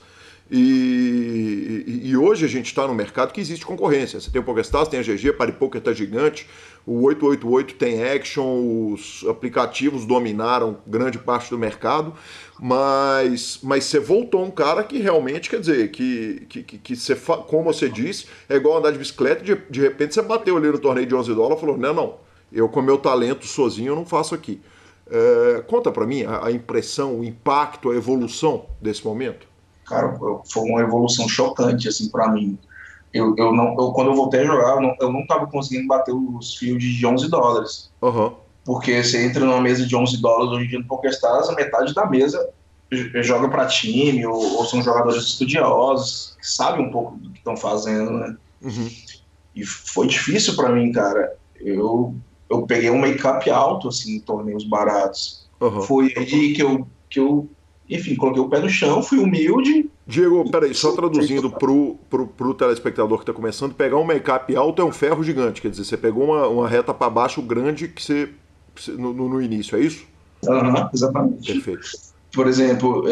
e, e, e hoje a gente está no mercado que existe concorrência. Você tem o PokerStars, tem a G G, PariPoker tá gigante, o oito oito oito tem Action, os aplicativos dominaram grande parte do mercado, mas, mas você voltou um cara que realmente, quer dizer, que, que, que, que você, como você disse, é igual andar de bicicleta, de, de repente você bateu ali no torneio de onze dólares e falou, não, não, eu com meu talento sozinho eu não faço aqui. É, conta pra mim a, a impressão, o impacto, a evolução desse momento. Cara, foi uma evolução chocante, assim, pra mim. Eu, eu não, eu, quando eu voltei a jogar, eu não, eu não tava conseguindo bater os fields de onze dólares. Uhum. Porque você entra numa mesa de onze dólares hoje em dia no PokerStars, a metade da mesa joga para time, ou, ou são jogadores estudiosos, que sabem um pouco do que estão fazendo, né? Uhum. E foi difícil para mim, cara. Eu, eu peguei um make-up alto, assim, em torneios baratos. Uhum. Foi aí que eu, que eu enfim, coloquei o pé no chão, fui humilde. Diego, peraí, só traduzindo pro, pro, pro telespectador que está começando, pegar um make-up alto é um ferro gigante, quer dizer, você pegou uma, uma reta para baixo grande que você, no, no início, é isso? Aham, uhum, exatamente. Perfeito. Por exemplo,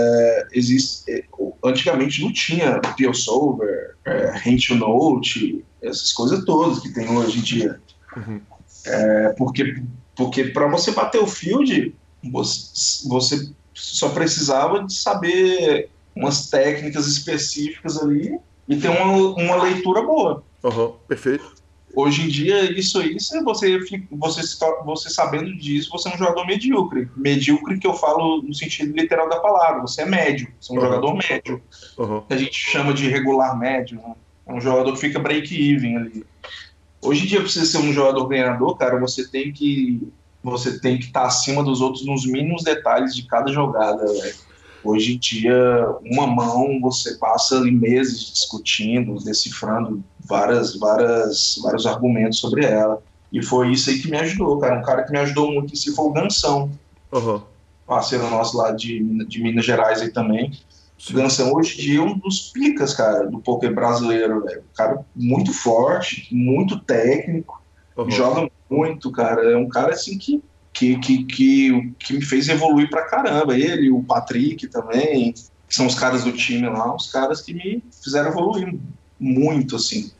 é, existe, antigamente não tinha VoiceOver, é, Hand to Note, essas coisas todas que tem hoje em dia. Uhum. É, porque porque para você bater o field, você, você só precisava de saber umas técnicas específicas ali e ter uma, uma leitura boa. Uhum, perfeito. Hoje em dia, isso aí, você, você, você sabendo disso, você é um jogador medíocre. Medíocre que eu falo no sentido literal da palavra. Você é médio, você é um uhum. jogador médio. Uhum. Que a gente chama de regular médio. Né? É um jogador que fica break-even ali. Hoje em dia, para você ser um jogador ganhador, cara, você tem que você tem que estar acima dos outros nos mínimos detalhes de cada jogada, véio. Hoje em dia, uma mão, você passa ali meses discutindo, decifrando várias, várias, vários argumentos sobre ela. E foi isso aí que me ajudou, cara. Um cara que me ajudou muito em si foi o Gansão. Uhum. Parceiro nosso lá de, de Minas Gerais aí também. Sim. O Gansão hoje em dia é um dos picas, cara, do poker brasileiro, velho. Um cara muito forte, muito técnico, uhum. joga muito, cara. É um cara assim que Que, que, que, que me fez evoluir pra caramba. Ele, o Patrick também, que são os caras do time lá, os caras que me fizeram evoluir muito, assim.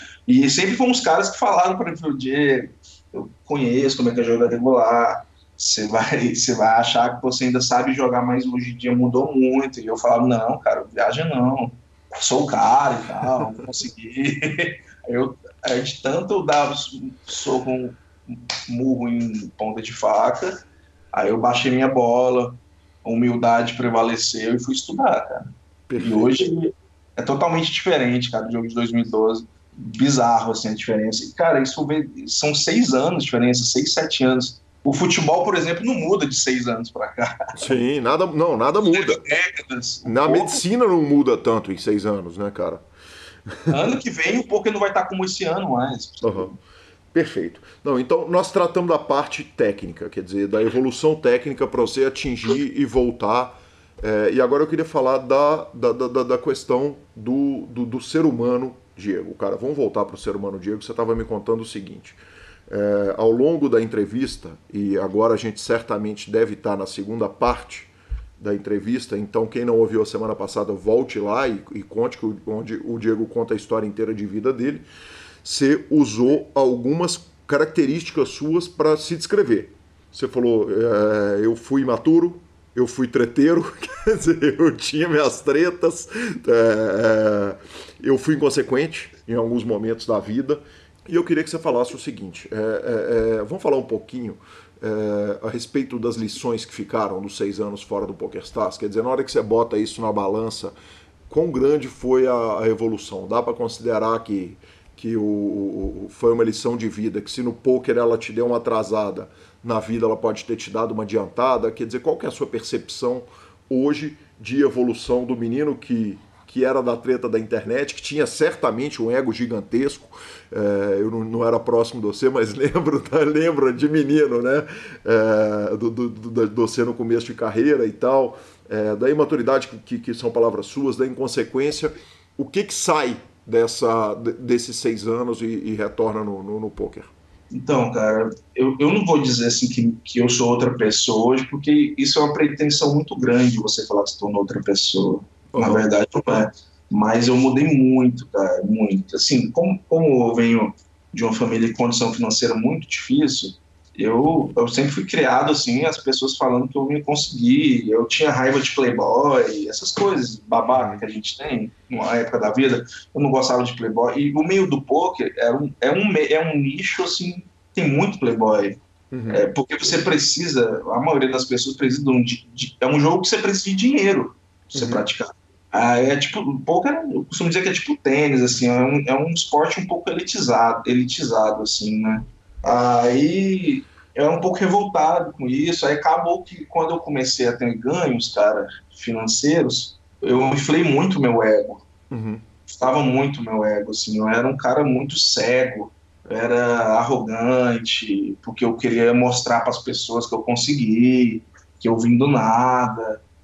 E sempre foram os caras que falaram para mim, Diego, eu conheço como é que é jogar regular, você vai, você vai achar que você ainda sabe jogar, mas hoje em dia mudou muito. E eu falava, não, cara, viaja não, sou o cara e tal, não consegui. eu, aí de tanto eu dava soco um murro em ponta de faca, aí eu baixei minha bola, a humildade prevaleceu e fui estudar, cara. Perfeito. E hoje é totalmente diferente, cara, do jogo de dois mil e doze. Bizarro, assim, a diferença. E, cara, isso são seis anos de diferença, seis, sete anos. O futebol, por exemplo, não muda de seis anos pra cá. Sim, nada, não, nada muda. Décadas. Na poker... medicina não muda tanto em seis anos, né, cara? Ano que vem o poker não vai estar como esse ano mais. Aham. Uhum. Perfeito. Não, então nós tratamos da parte técnica, quer dizer, da evolução técnica para você atingir e voltar. É, e agora eu queria falar da, da, da, da questão do, do, do ser humano, Diego. Cara, vamos voltar para o ser humano, Diego. Você estava me contando o seguinte. É, ao longo da entrevista, e agora a gente certamente deve estar na segunda parte da entrevista, então quem não ouviu a semana passada, volte lá e, e conte, que, onde o Diego conta a história inteira de vida dele. Você usou algumas características suas para se descrever. Você falou, é, eu fui imaturo, eu fui treteiro, quer dizer, eu tinha minhas tretas, é, eu fui inconsequente em alguns momentos da vida. E eu queria que você falasse o seguinte, é, é, vamos falar um pouquinho é, a respeito das lições que ficaram dos seis anos fora do PokerStars. Quer dizer, na hora que você bota isso na balança, quão grande foi a, a evolução? Dá para considerar que que o, o, foi uma lição de vida, que se no poker ela te deu uma atrasada, na vida ela pode ter te dado uma adiantada. Quer dizer, qual que é a sua percepção hoje de evolução do menino que, que era da treta da internet, que tinha certamente um ego gigantesco? É, eu não, não era próximo de você, mas lembro, tá? lembro de menino, né? É, do, do, do, do você no começo de carreira e tal, é, da imaturidade, que, que são palavras suas, da inconsequência. O que que sai Dessa, desses seis anos e, e retorna no, no, no poker? Então, cara, eu, eu não vou dizer assim que, que eu sou outra pessoa hoje, porque isso é uma pretensão muito grande, você falar que se tornou outra pessoa. Uhum. Na verdade, não é. Mas eu mudei muito, cara, muito. Assim, como, como eu venho de uma família de condição financeira muito difícil, eu, eu sempre fui criado assim, as pessoas falando que eu não ia conseguir, eu tinha raiva de playboy, essas coisas babaca que a gente tem numa época da vida, eu não gostava de playboy, e o meio do poker é um, é um, é um nicho assim, tem muito playboy, uhum. é, porque você precisa, a maioria das pessoas precisa de, de, é um jogo que você precisa de dinheiro pra você uhum. praticar. Ah, é tipo, o poker, eu costumo dizer que é tipo tênis, assim, é um, é um esporte um pouco elitizado, elitizado assim, né? Aí eu era um pouco revoltado com isso, aí acabou que quando eu comecei a ter ganhos, cara, financeiros, eu inflei muito meu ego, uhum. estava muito meu ego, assim, eu era um cara muito cego, eu era arrogante, porque eu queria mostrar para as pessoas que eu consegui, que eu vim do nada,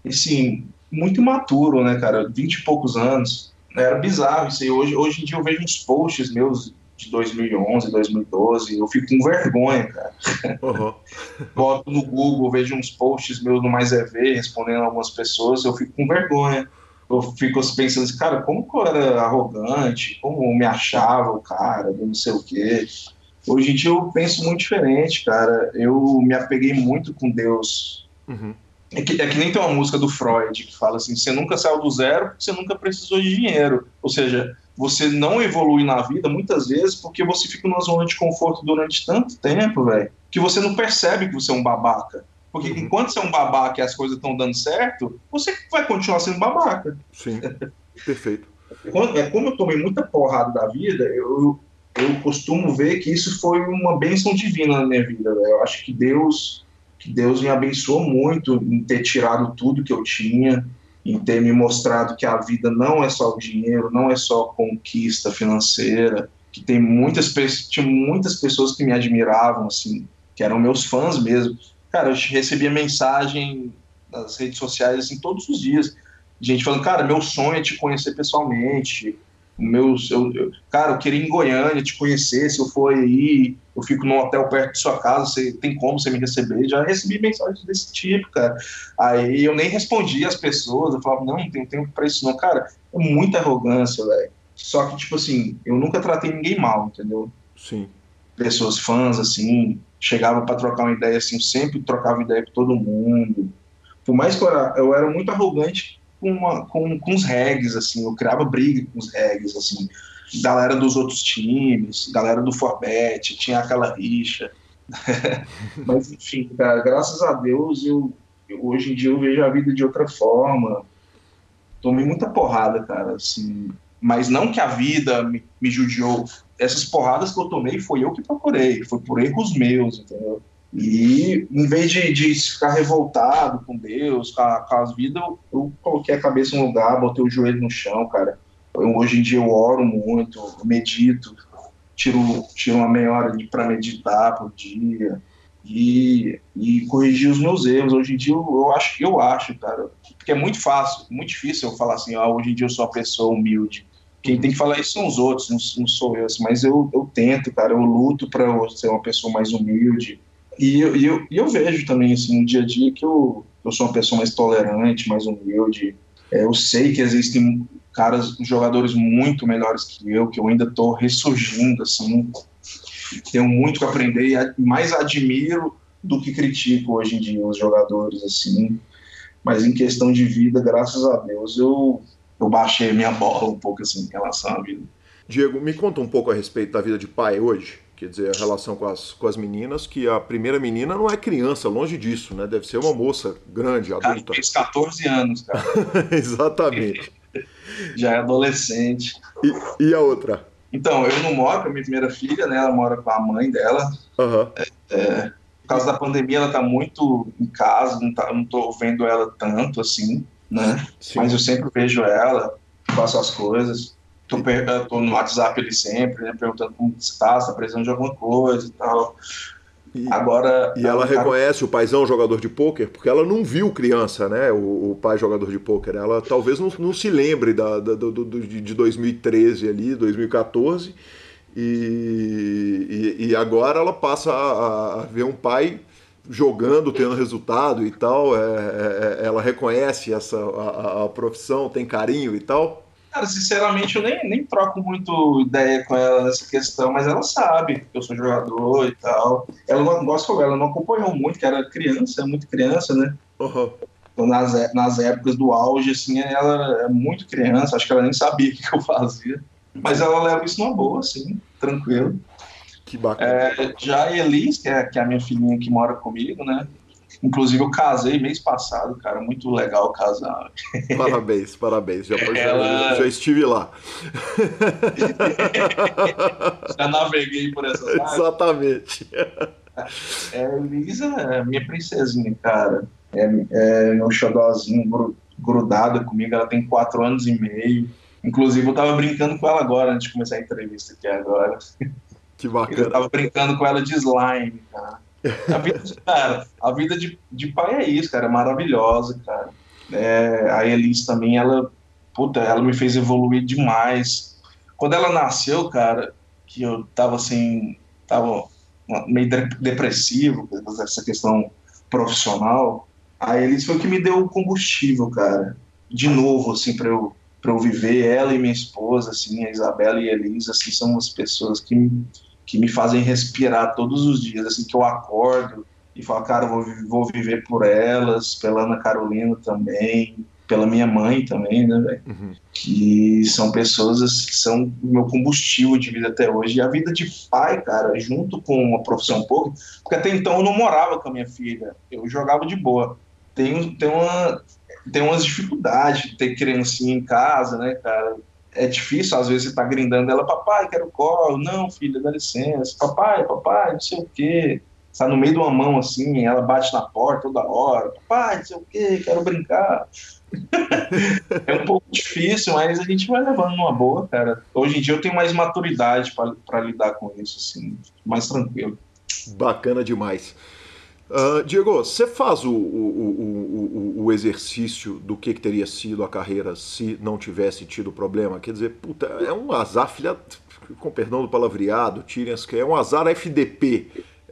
assim, muito imaturo, né, cara? Vinte e poucos anos. Era bizarro isso aí. Hoje, hoje em dia eu vejo uns posts meus de dois mil e onze, dois mil e doze, eu fico com vergonha, cara. Uhum. Boto no Google, vejo uns posts meus no Mais É Ver, respondendo a algumas pessoas, eu fico com vergonha. Eu fico pensando assim, cara, como que eu era arrogante, como eu me achava o cara, não sei o quê. Hoje em dia eu penso muito diferente, cara. Eu me apeguei muito com Deus. Uhum. É que, é que nem tem uma música do Freud que fala assim: você nunca saiu do zero porque você nunca precisou de dinheiro. Ou seja, você não evolui na vida muitas vezes porque você fica numa zona de conforto durante tanto tempo, velho, que você não percebe que você é um babaca. Porque Uhum. enquanto você é um babaca e as coisas estão dando certo, você vai continuar sendo babaca. Sim, perfeito. Quando- é, como eu tomei muita porrada da vida, eu, eu costumo ver que isso foi uma bênção divina na minha vida, velho. Eu acho que Deus, que Deus me abençoou muito em ter tirado tudo que eu tinha, em ter me mostrado que a vida não é só o dinheiro, não é só conquista financeira, que tem muitas pessoas, tinha muitas pessoas que me admiravam, assim, que eram meus fãs mesmo. Cara, eu recebia mensagem nas redes sociais, assim, todos os dias, gente falando, cara, meu sonho é te conhecer pessoalmente, o meu, eu, eu, cara, eu queria ir em Goiânia te conhecer, se eu for aí, eu fico num hotel perto de sua casa, você tem como você me receber? Já recebi mensagens desse tipo, cara. Aí eu nem respondia às pessoas, eu falava, não, não tenho tempo pra isso não. Cara, é muita arrogância, velho. Só que, tipo assim, eu nunca tratei ninguém mal, entendeu? Sim. Pessoas, fãs, assim, chegava pra trocar uma ideia, assim, eu sempre trocava ideia com todo mundo. Por mais que eu era, eu era muito arrogante com, uma, com, com os regs, assim, eu criava briga com os regs, assim, galera dos outros times, galera do Forbet, tinha aquela rixa. Mas, enfim, cara, graças a Deus, eu, eu, hoje em dia eu vejo a vida de outra forma. Tomei muita porrada, cara, assim, mas não que a vida me, me judiou. Essas porradas que eu tomei foi eu que procurei, foi por erros meus, entendeu? E em vez de, de ficar revoltado com Deus, com, a, com as vidas, eu, eu coloquei a cabeça no lugar, botei o joelho no chão, cara. Eu, hoje em dia eu oro muito, eu medito, tiro, tiro uma meia hora para meditar por dia e, e corrigir os meus erros. Hoje em dia eu, eu acho, eu acho, cara, porque é muito fácil, muito difícil eu falar assim, ah, hoje em dia eu sou uma pessoa humilde. Quem tem que falar isso são os outros, não, não sou eu, assim, mas eu, eu tento, cara, eu luto para ser uma pessoa mais humilde. E eu, e eu, e eu vejo também, assim, no dia a dia que eu, eu sou uma pessoa mais tolerante, mais humilde. É, eu sei que existem caras, jogadores muito melhores que eu, que eu ainda estou ressurgindo, assim. Tenho muito que aprender e mais admiro do que critico hoje em dia os jogadores, assim. Mas em questão de vida, graças a Deus, eu, eu baixei a minha bola um pouco, assim, em relação à vida. Diego, me conta um pouco a respeito da vida de pai hoje. Quer dizer, a relação com as, com as meninas, que a primeira menina não é criança, longe disso, né? Deve ser uma moça grande, Cara, adulta. fez catorze anos, cara. Exatamente. Já é adolescente. E, e a outra? Então, eu não moro com a minha primeira filha, né? Ela mora com a mãe dela. Aham. É, por causa da pandemia, ela tá muito em casa, não, tá, não tô vendo ela tanto, assim, né? Sim. Mas eu sempre vejo ela, faço as coisas. Tô, per- tô no WhatsApp ele sempre, né? Perguntando como está, se tá precisando de alguma coisa e tal. E, Agora, e ela cara, reconhece o paizão jogador de pôquer, porque ela não viu criança, né? O, o pai jogador de pôquer. Ela talvez não, não se lembre da, da, do, do, de dois mil e treze ali, dois mil e quatorze. E, e, e agora ela passa a, a ver um pai jogando, tendo resultado e tal. É, é, ela reconhece essa, a, a profissão, tem carinho e tal. cara, sinceramente, eu nem, nem troco muito ideia com ela nessa questão, mas ela sabe que eu sou jogador e tal. Ela não gosta, ela não acompanhou muito, que era criança, muito criança, né? Uhum. Então, nas, nas épocas do auge, assim, ela é muito criança, acho que ela nem sabia o que, que eu fazia. Mas ela leva isso numa boa, assim, tranquilo. Que bacana. É, já a Elis, que é, que é a minha filhinha que mora comigo, né? Inclusive, eu casei mês passado, cara, muito legal casar. Parabéns, parabéns. Já, Ela... já, já estive lá. Já naveguei por essa áreas. Exatamente. É, a Elisa é minha princesinha, cara. É, é meu xodózinho gru, grudada comigo. Ela tem quatro anos e meio. Inclusive, eu tava brincando com ela agora, antes de começar a entrevista aqui agora. Que bacana. Eu tava brincando com ela de slime, cara. A vida, cara, a vida de, de pai é isso, cara, é maravilhosa, cara. É, a Elis também, ela, puta, ela me fez evoluir demais. Quando ela nasceu, cara, que eu tava assim, tava meio de- depressivo, essa questão profissional, a Elis foi o que me deu o combustível, cara. De novo, assim, para eu, para eu viver. Ela e minha esposa, assim, a Isabela e a Elis, assim, são as pessoas que, me- que me fazem respirar todos os dias, assim, que eu acordo e falo, cara, eu vou, vi- vou viver por elas, pela Ana Carolina também, pela minha mãe também, né, velho? Uhum. Que são pessoas assim, que são o meu combustível de vida até hoje. E a vida de pai, cara, junto com uma profissão pouco, porque até então eu não morava com a minha filha, eu jogava de boa. Tem, tem, uma, tem umas dificuldades de ter criancinha em casa, né, cara? É difícil, às vezes você tá grindando ela, papai, quero colo. Não, filha, dá licença. Papai, papai, não sei o quê. Tá no meio de uma mão assim, ela bate na porta toda hora. Papai, não sei o quê, quero brincar. É um pouco difícil, mas a gente vai levando numa boa, cara. Hoje em dia eu tenho mais maturidade para lidar com isso, assim, mais tranquilo. Bacana demais. Uh, Diego, você faz o, o, o, o, o exercício do que, que teria sido a carreira se não tivesse tido problema? Quer dizer, puta, é um azar, filha, com perdão do palavreado, tirem as que é um azar F D P.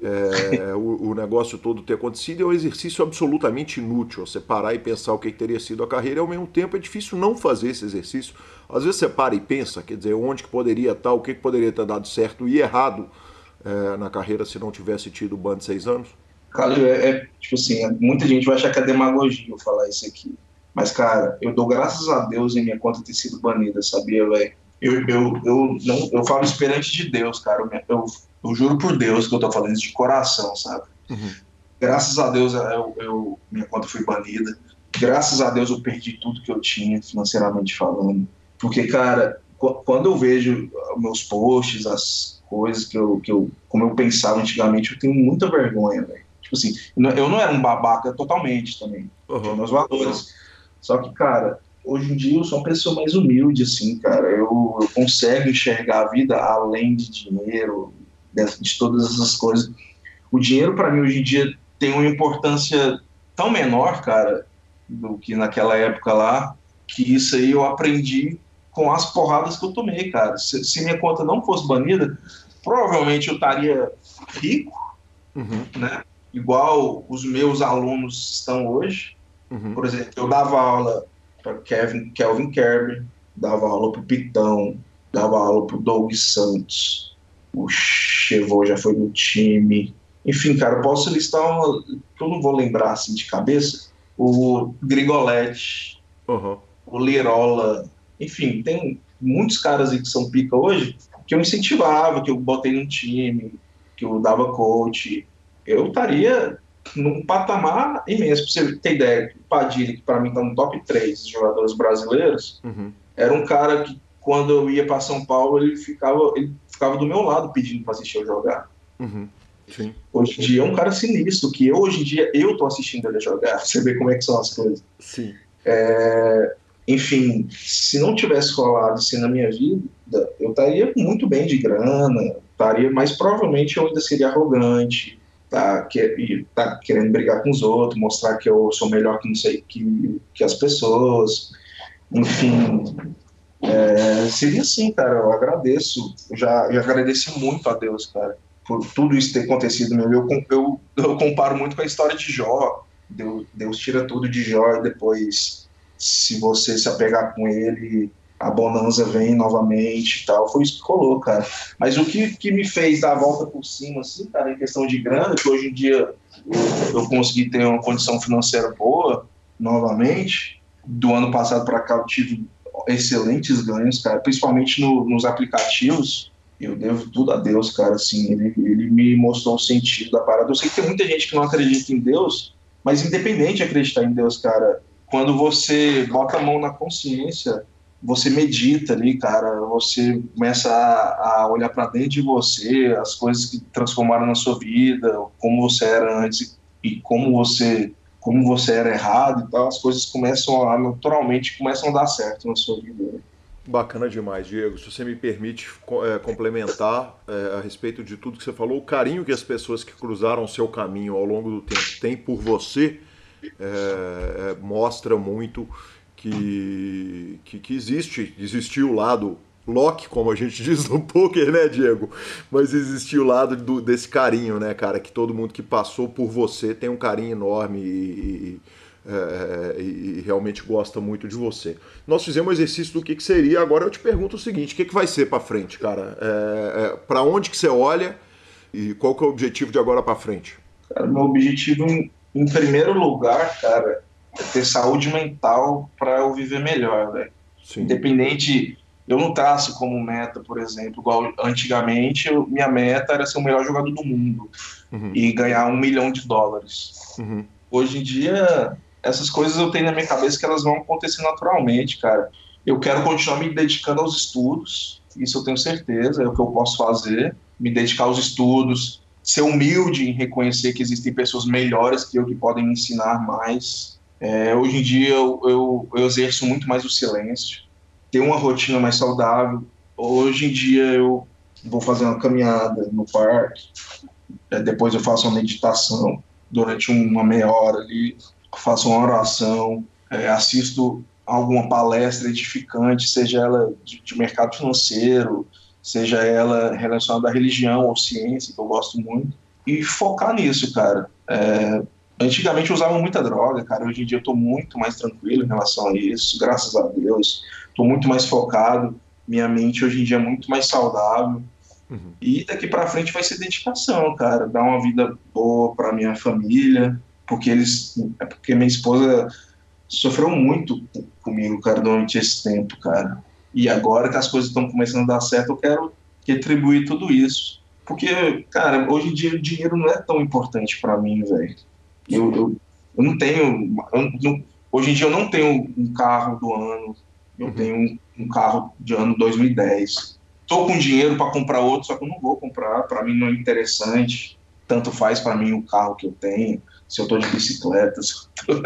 É, o, o negócio todo ter acontecido é um exercício absolutamente inútil. Você parar e pensar o que, que teria sido a carreira, e ao mesmo tempo é difícil não fazer esse exercício. Às vezes você para e pensa, quer dizer, onde que poderia estar, o que, que poderia ter dado certo e errado é, na carreira se não tivesse tido o Band de seis anos. Cara, é, é, tipo assim, é, muita gente vai achar que é demagogia eu falar isso aqui. Mas, cara, eu dou graças a Deus em minha conta ter sido banida, sabia, velho? Eu, eu, eu, não, eu falo isso perante de Deus, cara. Eu, eu, eu juro por Deus que eu tô falando isso de coração, sabe? Uhum. Graças a Deus eu, eu, minha conta foi banida. Graças a Deus eu perdi tudo que eu tinha, financeiramente falando. Porque, cara, quando eu vejo meus posts, as coisas que eu, que eu, como eu pensava antigamente, eu tenho muita vergonha, velho. Tipo assim, eu não era um babaca totalmente também. Tinha Uhum. meus valores. Só que, cara, hoje em dia eu sou uma pessoa mais humilde, assim, cara. Eu, eu consigo enxergar a vida além de dinheiro, de, de todas essas coisas. O dinheiro, para mim, hoje em dia tem uma importância tão menor, cara, do que naquela época lá, que isso aí eu aprendi com as porradas que eu tomei, cara. Se, se minha conta não fosse banida, provavelmente eu estaria rico, Uhum. né? Igual os meus alunos estão hoje. Uhum. Por exemplo, eu dava aula para Kevin, Kelvin Kerber, dava aula para o Pitão, dava aula para o Doug Santos, o Chevô já foi do time. Enfim, cara, eu posso listar uma que eu não vou lembrar assim de cabeça. O Grigoletti, Uhum. o Lirola, enfim, tem muitos caras aí que são pica hoje que eu incentivava, que eu botei num time, que eu dava coach. Eu estaria num patamar imenso. Pra você ter ideia, o Padilha, que para mim está no top três de jogadores brasileiros, Uhum. era um cara que, quando eu ia para São Paulo, ele ficava, ele ficava do meu lado pedindo para assistir eu jogar. Uhum. Sim. Hoje em dia é um cara sinistro, que eu, hoje em dia eu tô assistindo ele jogar. Você vê como é que são as coisas. Sim. É, enfim, se não tivesse rolado assim na minha vida, eu estaria muito bem de grana, estaria, mas provavelmente eu ainda seria arrogante, tá, que, tá querendo brigar com os outros, mostrar que eu sou melhor que não sei que, que as pessoas. Enfim, é, seria assim, cara. Eu agradeço, eu já, já agradeci muito a Deus, cara, por tudo isso ter acontecido. Meu. Eu, eu, eu comparo muito com a história de Jó. Deus, Deus tira tudo de Jó e depois, se você se apegar com ele, a bonança vem novamente e tal. Foi isso que rolou, cara. Mas o que, que me fez dar a volta por cima, assim, cara, em questão de grana, que hoje em dia eu, eu consegui ter uma condição financeira boa novamente. Do ano passado para cá eu tive excelentes ganhos, cara, principalmente no, nos aplicativos. Eu devo tudo a Deus, cara, assim, ele, ele me mostrou o sentido da parada. Eu sei que tem muita gente que não acredita em Deus, mas independente de acreditar em Deus, cara, quando você bota a mão na consciência, você medita ali, cara, você começa a, a olhar para dentro de você, as coisas que transformaram na sua vida, como você era antes e como você como você era errado e tal, as coisas começam a, naturalmente, começam a dar certo na sua vida. Bacana demais, Diego. Se você me permite é, complementar é, a respeito de tudo que você falou, o carinho que as pessoas que cruzaram o seu caminho ao longo do tempo têm por você é, é, mostra muito que, que, que existe, existiu o lado Loki, como a gente diz no poker, né, Diego? Mas existiu o lado do, desse carinho, né, cara? Que todo mundo que passou por você tem um carinho enorme e, e, é, e realmente gosta muito de você. Nós fizemos um exercício do que, que seria, agora eu te pergunto o seguinte, o que, que vai ser para frente, cara? É, é, para onde que você olha e qual que é o objetivo de agora para frente? Cara, meu objetivo, em, em primeiro lugar, cara, é ter saúde mental para eu viver melhor, velho. Independente... Eu não traço como meta, por exemplo, igual antigamente, eu, minha meta era ser o melhor jogador do mundo uhum. e ganhar um milhão de dólares. Uhum. Hoje em dia, essas coisas eu tenho na minha cabeça que elas vão acontecer naturalmente, cara. Eu quero continuar me dedicando aos estudos, isso eu tenho certeza, é o que eu posso fazer, me dedicar aos estudos, ser humilde em reconhecer que existem pessoas melhores que eu que podem me ensinar mais. É, hoje em dia eu, eu, eu exerço muito mais o silêncio, ter uma rotina mais saudável. Hoje em dia eu vou fazer uma caminhada no parque, depois eu faço uma meditação durante uma meia hora ali, faço uma oração, é, assisto alguma palestra edificante, seja ela de, de mercado financeiro, seja ela relacionada à religião ou ciência, que eu gosto muito, e focar nisso, cara. É, antigamente eu usava muita droga, cara, hoje em dia eu tô muito mais tranquilo em relação a isso, graças a Deus. Estou muito mais focado, minha mente hoje em dia é muito mais saudável. Uhum. E daqui para frente vai ser dedicação, cara. Dar uma vida boa para minha família, porque eles, é porque minha esposa sofreu muito comigo, cara, durante esse tempo, cara. E agora que as coisas estão começando a dar certo, eu quero retribuir tudo isso. Porque, cara, hoje em dia o dinheiro não é tão importante para mim, velho. Eu, eu, eu não tenho... Eu não, hoje em dia eu não tenho um carro do ano. Eu uhum. tenho um, um carro de ano dois mil e dez. Estou com dinheiro para comprar outro, só que eu não vou comprar. Para mim não é interessante. Tanto faz para mim o carro que eu tenho, se eu estou de bicicleta. Tô...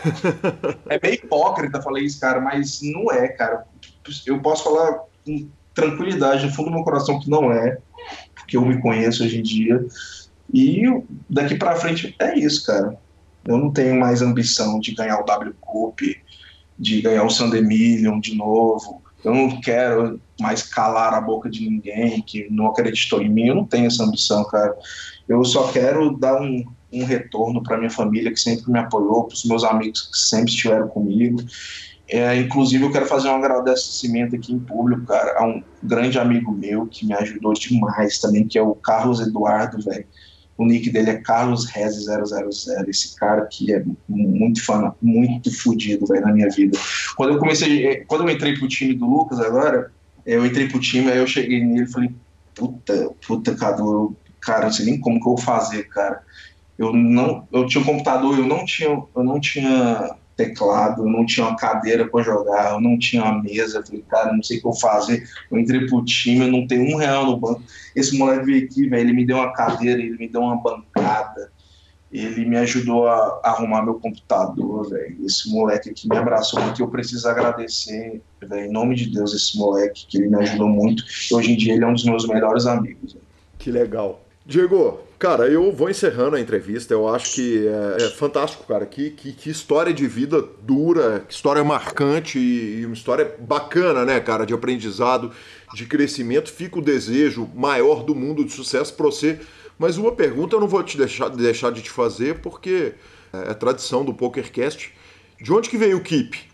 é meio hipócrita falar isso, cara, mas não é, cara. Eu posso falar com tranquilidade, no fundo do meu coração, que não é, porque eu me conheço hoje em dia. E daqui para frente é isso, cara. Eu não tenho mais ambição de ganhar o W Cup, de ganhar o Sunday Million de novo. Eu não quero mais calar a boca de ninguém que não acreditou em mim. Eu não tenho essa ambição, cara. Eu só quero dar um, um retorno para minha família, que sempre me apoiou, para os meus amigos que sempre estiveram comigo. É, inclusive, eu quero fazer um agradecimento aqui em público, cara, a um grande amigo meu que me ajudou demais também, que é o Carlos Eduardo, velho. O nick dele é Carlos Reze zero zero zero. Esse cara que é muito fã, muito fodido, velho, na minha vida. Quando eu comecei, quando eu entrei pro time do Lucas agora, eu entrei pro time, aí eu cheguei nele e falei, puta, puta, Cadu, cara, não sei nem como que eu vou fazer, cara. Eu não, eu tinha um computador, eu não tinha, eu não tinha teclado, eu não tinha uma cadeira para jogar, eu não tinha uma mesa, eu falei, cara, não sei o que eu vou fazer. Eu entrei pro time, eu não tenho um real no banco. Esse moleque veio aqui, velho, ele me deu uma cadeira, ele me deu uma bancada, ele me ajudou a, a arrumar meu computador, velho. Esse moleque aqui me abraçou muito e eu preciso agradecer, velho, em nome de Deus, esse moleque, que ele me ajudou muito. E hoje em dia ele é um dos meus melhores amigos, velho. Que legal. Diego, cara, eu vou encerrando a entrevista. Eu acho que é, é fantástico, cara. Que, que, que história de vida dura, que história marcante e, e uma história bacana, né, cara, de aprendizado, de crescimento. Fica o desejo maior do mundo de sucesso para você. Mas uma pergunta eu não vou te deixar, deixar de te fazer, porque é, é tradição do PokerCast. De onde que veio o Keep?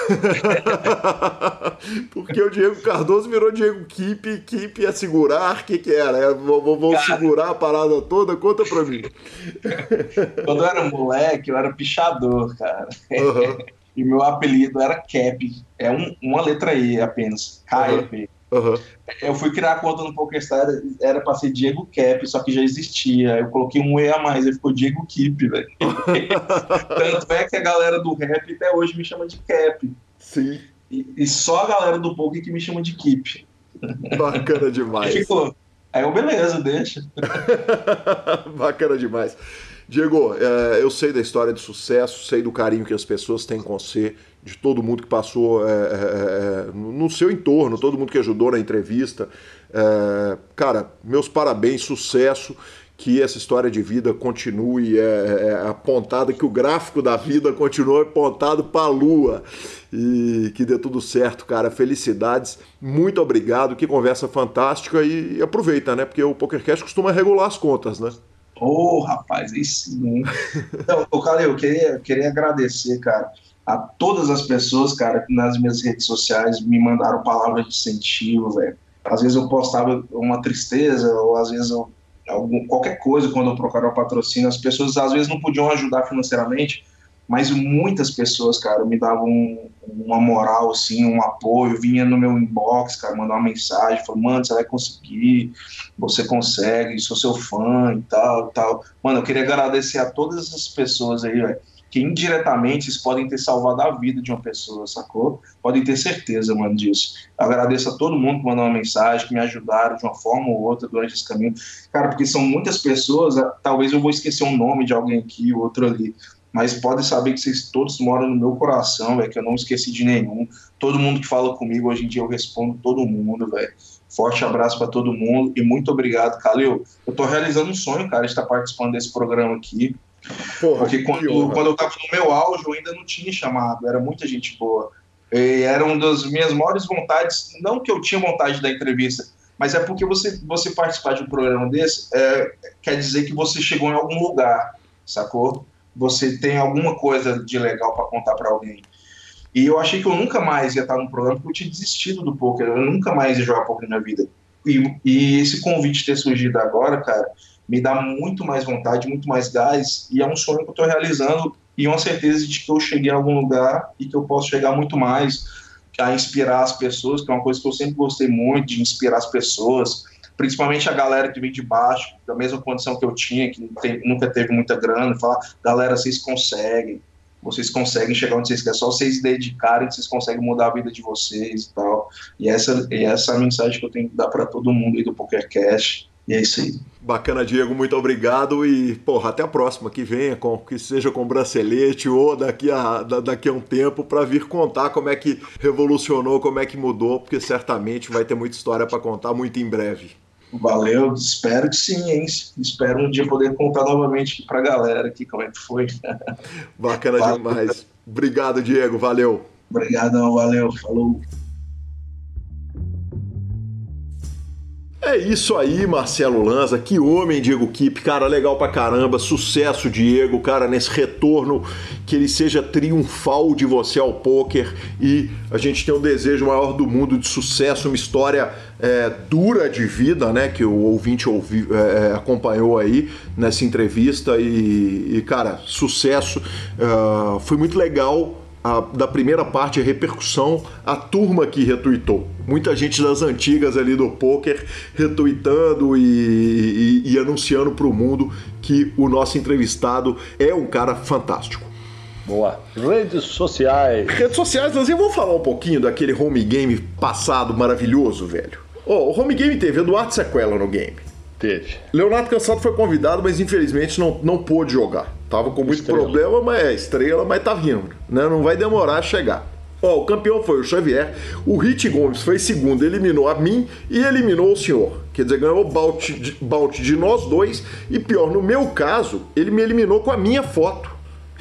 Porque o Diego Cardoso virou Diego Keep, Keep é segurar, o que que era? É, vou, vou segurar a parada toda? Conta pra mim. Quando eu era moleque, eu era pichador, cara. Uhum. E meu apelido era Cap, é um, uma letra E apenas, K E P. Uhum. Eu fui criar a conta no PokerStar, era pra ser Diego Cap, só que já existia. Eu coloquei um E a mais, aí ficou Diego Keep, velho. Tanto é que a galera do rap até hoje me chama de Cap. Sim. E, e só a galera do poker que me chama de Keep. Bacana demais. Aí ficou. Aí eu, beleza, deixa. Bacana demais. Diego, é, eu sei da história de sucesso, sei do carinho que as pessoas têm com você, de todo mundo que passou é, é, no seu entorno, todo mundo que ajudou na entrevista. É, cara, meus parabéns, sucesso, que essa história de vida continue é, é, apontada, que o gráfico da vida continue apontado para a lua e que dê tudo certo, cara. Felicidades, muito obrigado, que conversa fantástica e, e aproveita, né? Porque o PokerCast costuma regular as contas, né? Ô, oh, rapaz, aí sim. Então, cara, eu queria, eu queria agradecer, cara, a todas as pessoas, cara, que nas minhas redes sociais me mandaram palavras de incentivo, velho. Às vezes eu postava uma tristeza, ou às vezes eu, algum, qualquer coisa, quando eu procurava patrocínio, as pessoas às vezes não podiam ajudar financeiramente, mas muitas pessoas, cara, me davam um, uma moral, assim, um apoio, vinha no meu inbox, cara, mandar uma mensagem, falou, mano, você vai conseguir, você consegue, sou seu fã e tal, e tal. Mano, eu queria agradecer a todas essas pessoas aí, velho, que indiretamente vocês podem ter salvado a vida de uma pessoa, sacou? Podem ter certeza, mano, disso. Eu agradeço a todo mundo que mandou uma mensagem, que me ajudaram de uma forma ou outra durante esse caminho. Cara, porque são muitas pessoas, talvez eu vou esquecer um nome de alguém aqui, outro ali, mas podem saber que vocês todos moram no meu coração, velho, que eu não esqueci de nenhum. Todo mundo que fala comigo, hoje em dia eu respondo todo mundo, velho. Forte abraço para todo mundo e muito obrigado, Kalil. Eu tô realizando um sonho, cara, de estar participando desse programa aqui. Porra, porque quando, quando eu tava no meu auge, eu ainda não tinha chamado, era muita gente boa. E era uma das minhas maiores vontades, não que eu tinha vontade da entrevista, mas é porque você, você participar de um programa desse é, quer dizer que você chegou em algum lugar, sacou? Você tem alguma coisa de legal para contar para alguém. E eu achei que eu nunca mais ia estar num programa, porque eu tinha desistido do poker, eu nunca mais ia jogar poker na minha vida. E, e esse convite ter surgido agora, cara, me dá muito mais vontade, muito mais gás, e é um sonho que eu estou realizando, e uma certeza de que eu cheguei em algum lugar e que eu posso chegar muito mais a inspirar as pessoas, que é uma coisa que eu sempre gostei muito, de inspirar as pessoas, principalmente a galera que vem de baixo, da mesma condição que eu tinha, que tem, nunca teve muita grana, falar, galera, vocês conseguem, vocês conseguem chegar onde vocês querem, só vocês se dedicarem, vocês conseguem mudar a vida de vocês e tal, e essa, e essa é a mensagem que eu tenho que dar para todo mundo aí do PokerCast. E é isso aí. Bacana, Diego, muito obrigado e, porra, até a próxima, que venha, com, que seja com bracelete ou daqui a, da, daqui a um tempo para vir contar como é que revolucionou, como é que mudou, porque certamente vai ter muita história para contar muito em breve. Valeu, espero que sim, hein? Espero um dia poder contar novamente pra galera aqui como é que foi. Bacana valeu. Demais. Obrigado, Diego, valeu. Obrigadão, valeu, falou. É isso aí, Marcelo Lanza, que homem, Diego Kipp, cara, legal pra caramba, sucesso, Diego, cara, nesse retorno, que ele seja triunfal de você ao poker e a gente tem um desejo maior do mundo de sucesso, uma história é, dura de vida, né, que o ouvinte ouvi, é, acompanhou aí nessa entrevista e, e cara, sucesso, uh, foi muito legal. A, da primeira parte, a repercussão, a turma que retuitou. Muita gente das antigas ali do poker retuitando e, e, e anunciando para o mundo que o nosso entrevistado é um cara fantástico. Boa. Redes sociais. Redes sociais, nós vamos falar um pouquinho daquele home game passado maravilhoso, velho. Oh, o home game teve Eduardo Sequela no game. Teve. Leonardo Cansado foi convidado, mas infelizmente não, não pôde jogar. Tava com muito estrela. problema, mas é estrela, mas tá vindo, né? Não vai demorar a chegar. Ó, o campeão foi o Xavier, o Rit Gomes foi segundo, eliminou a mim e eliminou o senhor. Quer dizer, ganhou o bout de, bout de nós dois e pior, no meu caso, ele me eliminou com a minha foto.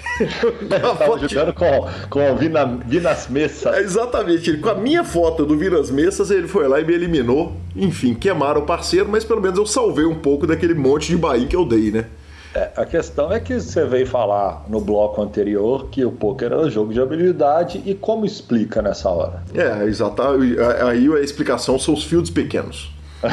Tava jogando com, com o Vina, Vinas Messas. É, exatamente, ele, com a minha foto do Vinas Messas, ele foi lá e me eliminou. Enfim, queimaram o parceiro, mas pelo menos eu salvei um pouco daquele monte de bain que eu dei, né? É, a questão é que você veio falar no bloco anterior que o poker era jogo de habilidade e como explica nessa hora? É, exato. Aí a explicação são os fields pequenos.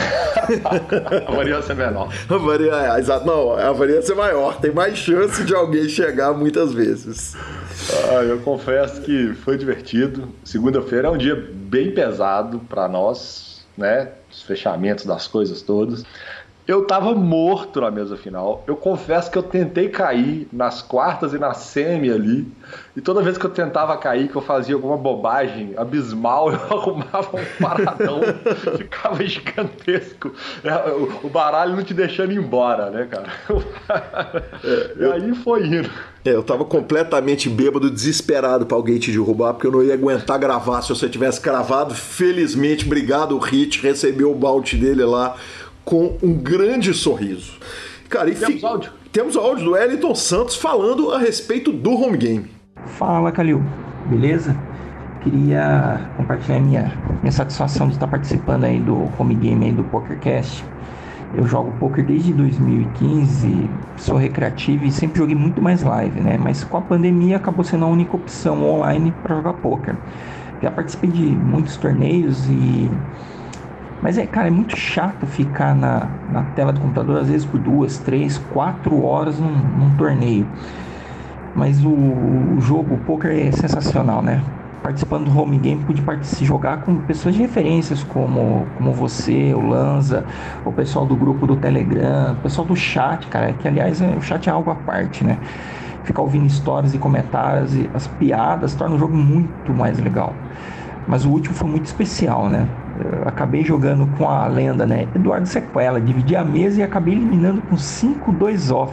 A variância é menor. A variância, é, exato. Não, a variância é maior. Tem mais chance de alguém chegar muitas vezes. Ah, eu confesso que foi divertido. Segunda-feira é um dia bem pesado para nós, né? Os fechamentos das coisas todas. Eu tava morto na mesa final. Eu confesso que eu tentei cair nas quartas e na semi ali. E toda vez que eu tentava cair, que eu fazia alguma bobagem abismal, eu arrumava um paradão. Ficava gigantesco. O baralho não te deixando ir embora, né, cara? É, e aí foi indo. É, eu tava completamente bêbado, desesperado pra alguém te derrubar, porque eu não ia aguentar gravar se você tivesse cravado. Felizmente, obrigado, Rit, recebeu o bout dele lá com um grande sorriso. Cara, e temos fi... áudio? Temos áudio do Wellington Santos falando a respeito do home game. Fala, Calil. Beleza? Queria compartilhar minha, minha satisfação de estar participando aí do home game aí do PokerCast. Eu jogo poker desde dois mil e quinze, sou recreativo e sempre joguei muito mais live, né? Mas com a pandemia acabou sendo a única opção online para jogar poker. Já participei de muitos torneios e... Mas, é, cara, é muito chato ficar na, na tela do computador, às vezes por duas, três, quatro horas num, num torneio. Mas o, o jogo, o poker é sensacional, né? Participando do home game, pude jogar com pessoas de referências como, como você, o Lanza, o pessoal do grupo do Telegram, o pessoal do chat, cara, que aliás o chat é algo à parte, né? Ficar ouvindo histórias e comentários, e as piadas tornam o jogo muito mais legal. Mas o último foi muito especial, né? Eu acabei jogando com a lenda, né? Eduardo Sequela, dividi a mesa e acabei eliminando com cinco dois off.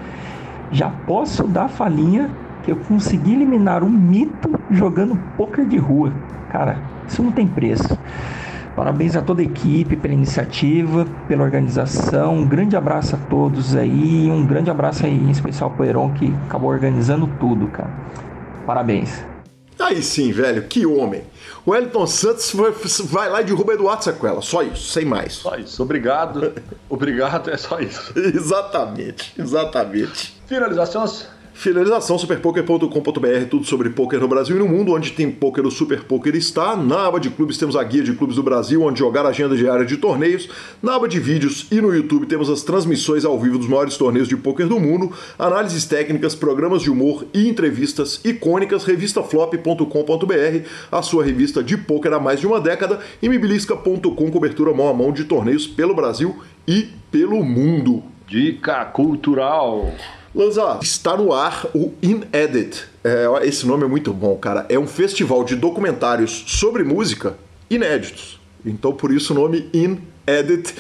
Já posso dar falinha que eu consegui eliminar um mito jogando poker de rua. Cara, isso não tem preço. Parabéns a toda a equipe pela iniciativa, pela organização. Um grande abraço a todos aí. Um grande abraço aí, em especial pro Heron, que acabou organizando tudo, cara. Parabéns. Aí sim, velho, que homem. O Wellington Santos vai, vai lá e derruba Eduardo Sequela. Só isso, sem mais. Só isso. Obrigado. Obrigado, é só isso. Exatamente, exatamente. Finalizações? Finalização, superpoker ponto com ponto b r, tudo sobre poker no Brasil e no mundo. Onde tem poker, o Super Poker está. Na aba de clubes temos a guia de clubes do Brasil, onde jogar a agenda diária de torneios. Na aba de vídeos e no YouTube temos as transmissões ao vivo dos maiores torneios de poker do mundo, análises técnicas, programas de humor e entrevistas icônicas. Revista flop ponto com ponto b r, a sua revista de poker há mais de uma década. E mibilisca ponto com, cobertura mão a mão de torneios pelo Brasil e pelo mundo. Dica cultural. Lanza, está no ar o InEdit. É, esse nome é muito bom, cara. É um festival de documentários sobre música inéditos. Então, por isso o nome InEdit.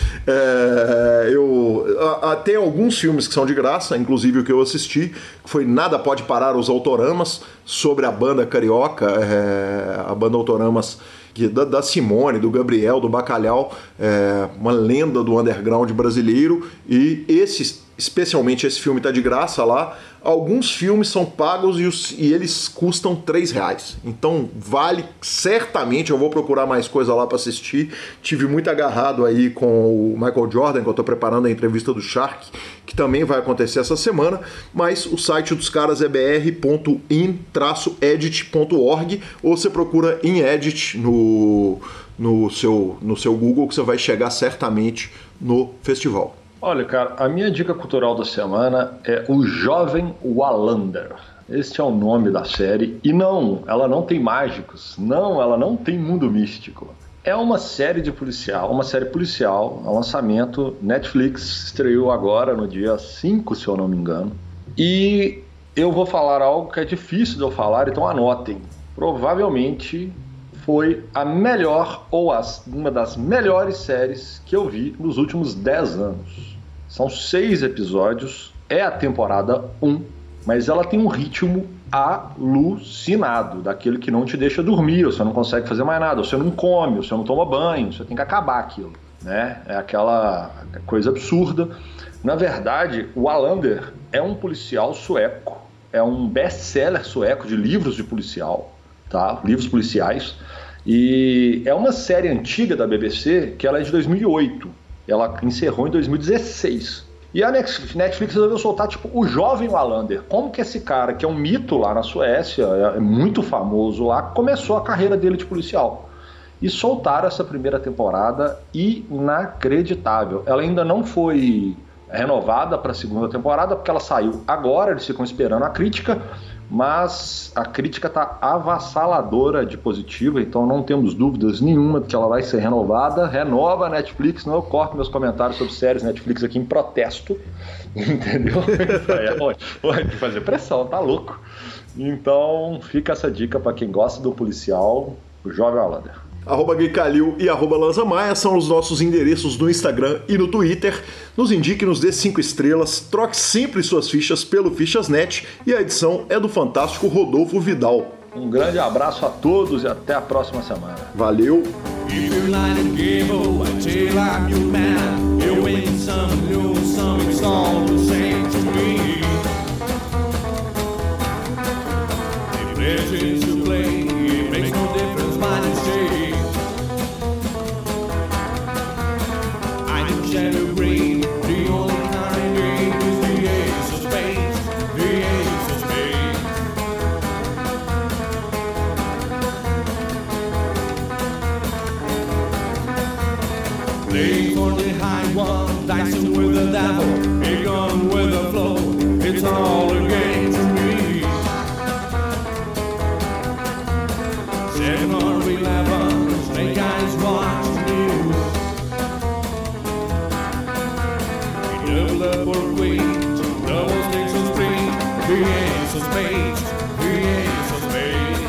É, eu, a, a, tem alguns filmes que são de graça, inclusive o que eu assisti, que foi Nada Pode Parar os Autoramas, sobre a banda carioca, é, a banda Autoramas da, da Simone, do Gabriel, do Bacalhau, é, uma lenda do underground brasileiro. E esses especialmente esse filme está de graça lá. Alguns filmes são pagos e, os, e eles custam três reais. Então vale, certamente eu vou procurar mais coisa lá para assistir. Tive muito agarrado aí com o Michael Jordan, que eu estou preparando a entrevista do Shark, que também vai acontecer essa semana. Mas o site dos caras é b r ponto in edit ponto org, ou você procura InEdit no, no, seu, no seu Google, que você vai chegar certamente no festival. Olha, cara, a minha dica cultural da semana é O Jovem Wallander. Este é o nome da série. E não, ela não tem mágicos. Não, ela não tem mundo místico. É uma série de policial, uma série policial, a lançamento. Netflix estreou agora no dia cinco, se eu não me engano. E eu vou falar algo que é difícil de eu falar, então anotem. Provavelmente foi a melhor ou as, uma das melhores séries que eu vi nos últimos dez anos. São seis episódios, é a temporada um, mas ela tem um ritmo alucinado, daquele que não te deixa dormir, você não consegue fazer mais nada, você não come, você não toma banho, você tem que acabar aquilo, né? É aquela coisa absurda. Na verdade, o Wallander é um policial sueco, é um best-seller sueco de livros de policial, tá? Livros policiais. E é uma série antiga da B B C, que ela é de dois mil e oito. Ela encerrou em dois mil e dezesseis. E a Netflix resolveu soltar, tipo, o Jovem Wallander. Como que esse cara, que é um mito lá na Suécia, é muito famoso lá, começou a carreira dele de policial. E soltaram essa primeira temporada inacreditável. Ela ainda não foi renovada para a segunda temporada, porque ela saiu agora, eles ficam esperando a crítica, mas a crítica está avassaladora de positiva, então não temos dúvidas nenhuma de que ela vai ser renovada. Renova a Netflix, não eu corto meus comentários sobre séries Netflix aqui em protesto, entendeu? É, pode, pode fazer pressão, tá louco. Então fica essa dica para quem gosta do policial, o Jovem Wallander. Arroba Gui Calil e arroba Lanza Maia são os nossos endereços no Instagram e no Twitter. Nos indique, nos dê cinco estrelas, troque sempre suas fichas pelo Fichasnet e a edição é do fantástico Rodolfo Vidal. Um grande abraço a todos e até a próxima semana. Valeu! If shade of green. The only kind game is the ace of spades. The ace of spades. Playing for the high one, dicing with the devil, a gun with the flow. It's all a game to me. Seven or eleven, snake eyes watching you. Double up or queen, double sticks or spring. The ace of spades, the ace of spades.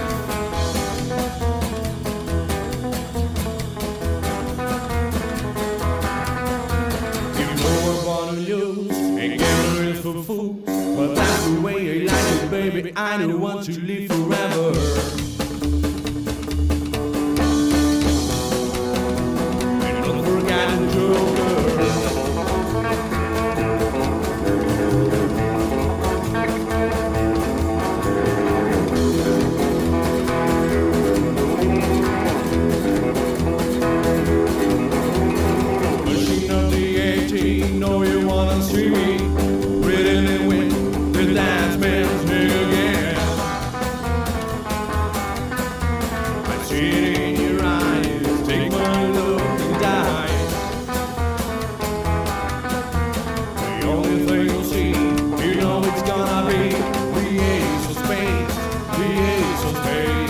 You know I'm born to lose, and gambler is for fools. But that's the way I like it, baby. I don't want to live forever. And don't forget the joker. Machine of the eighteen, know you wanna see me. Written in wind, the dance man's here again. I see it in your eyes, take my look and die. The only thing you'll see, you know it's gonna be the ace of spades, the ace of spades.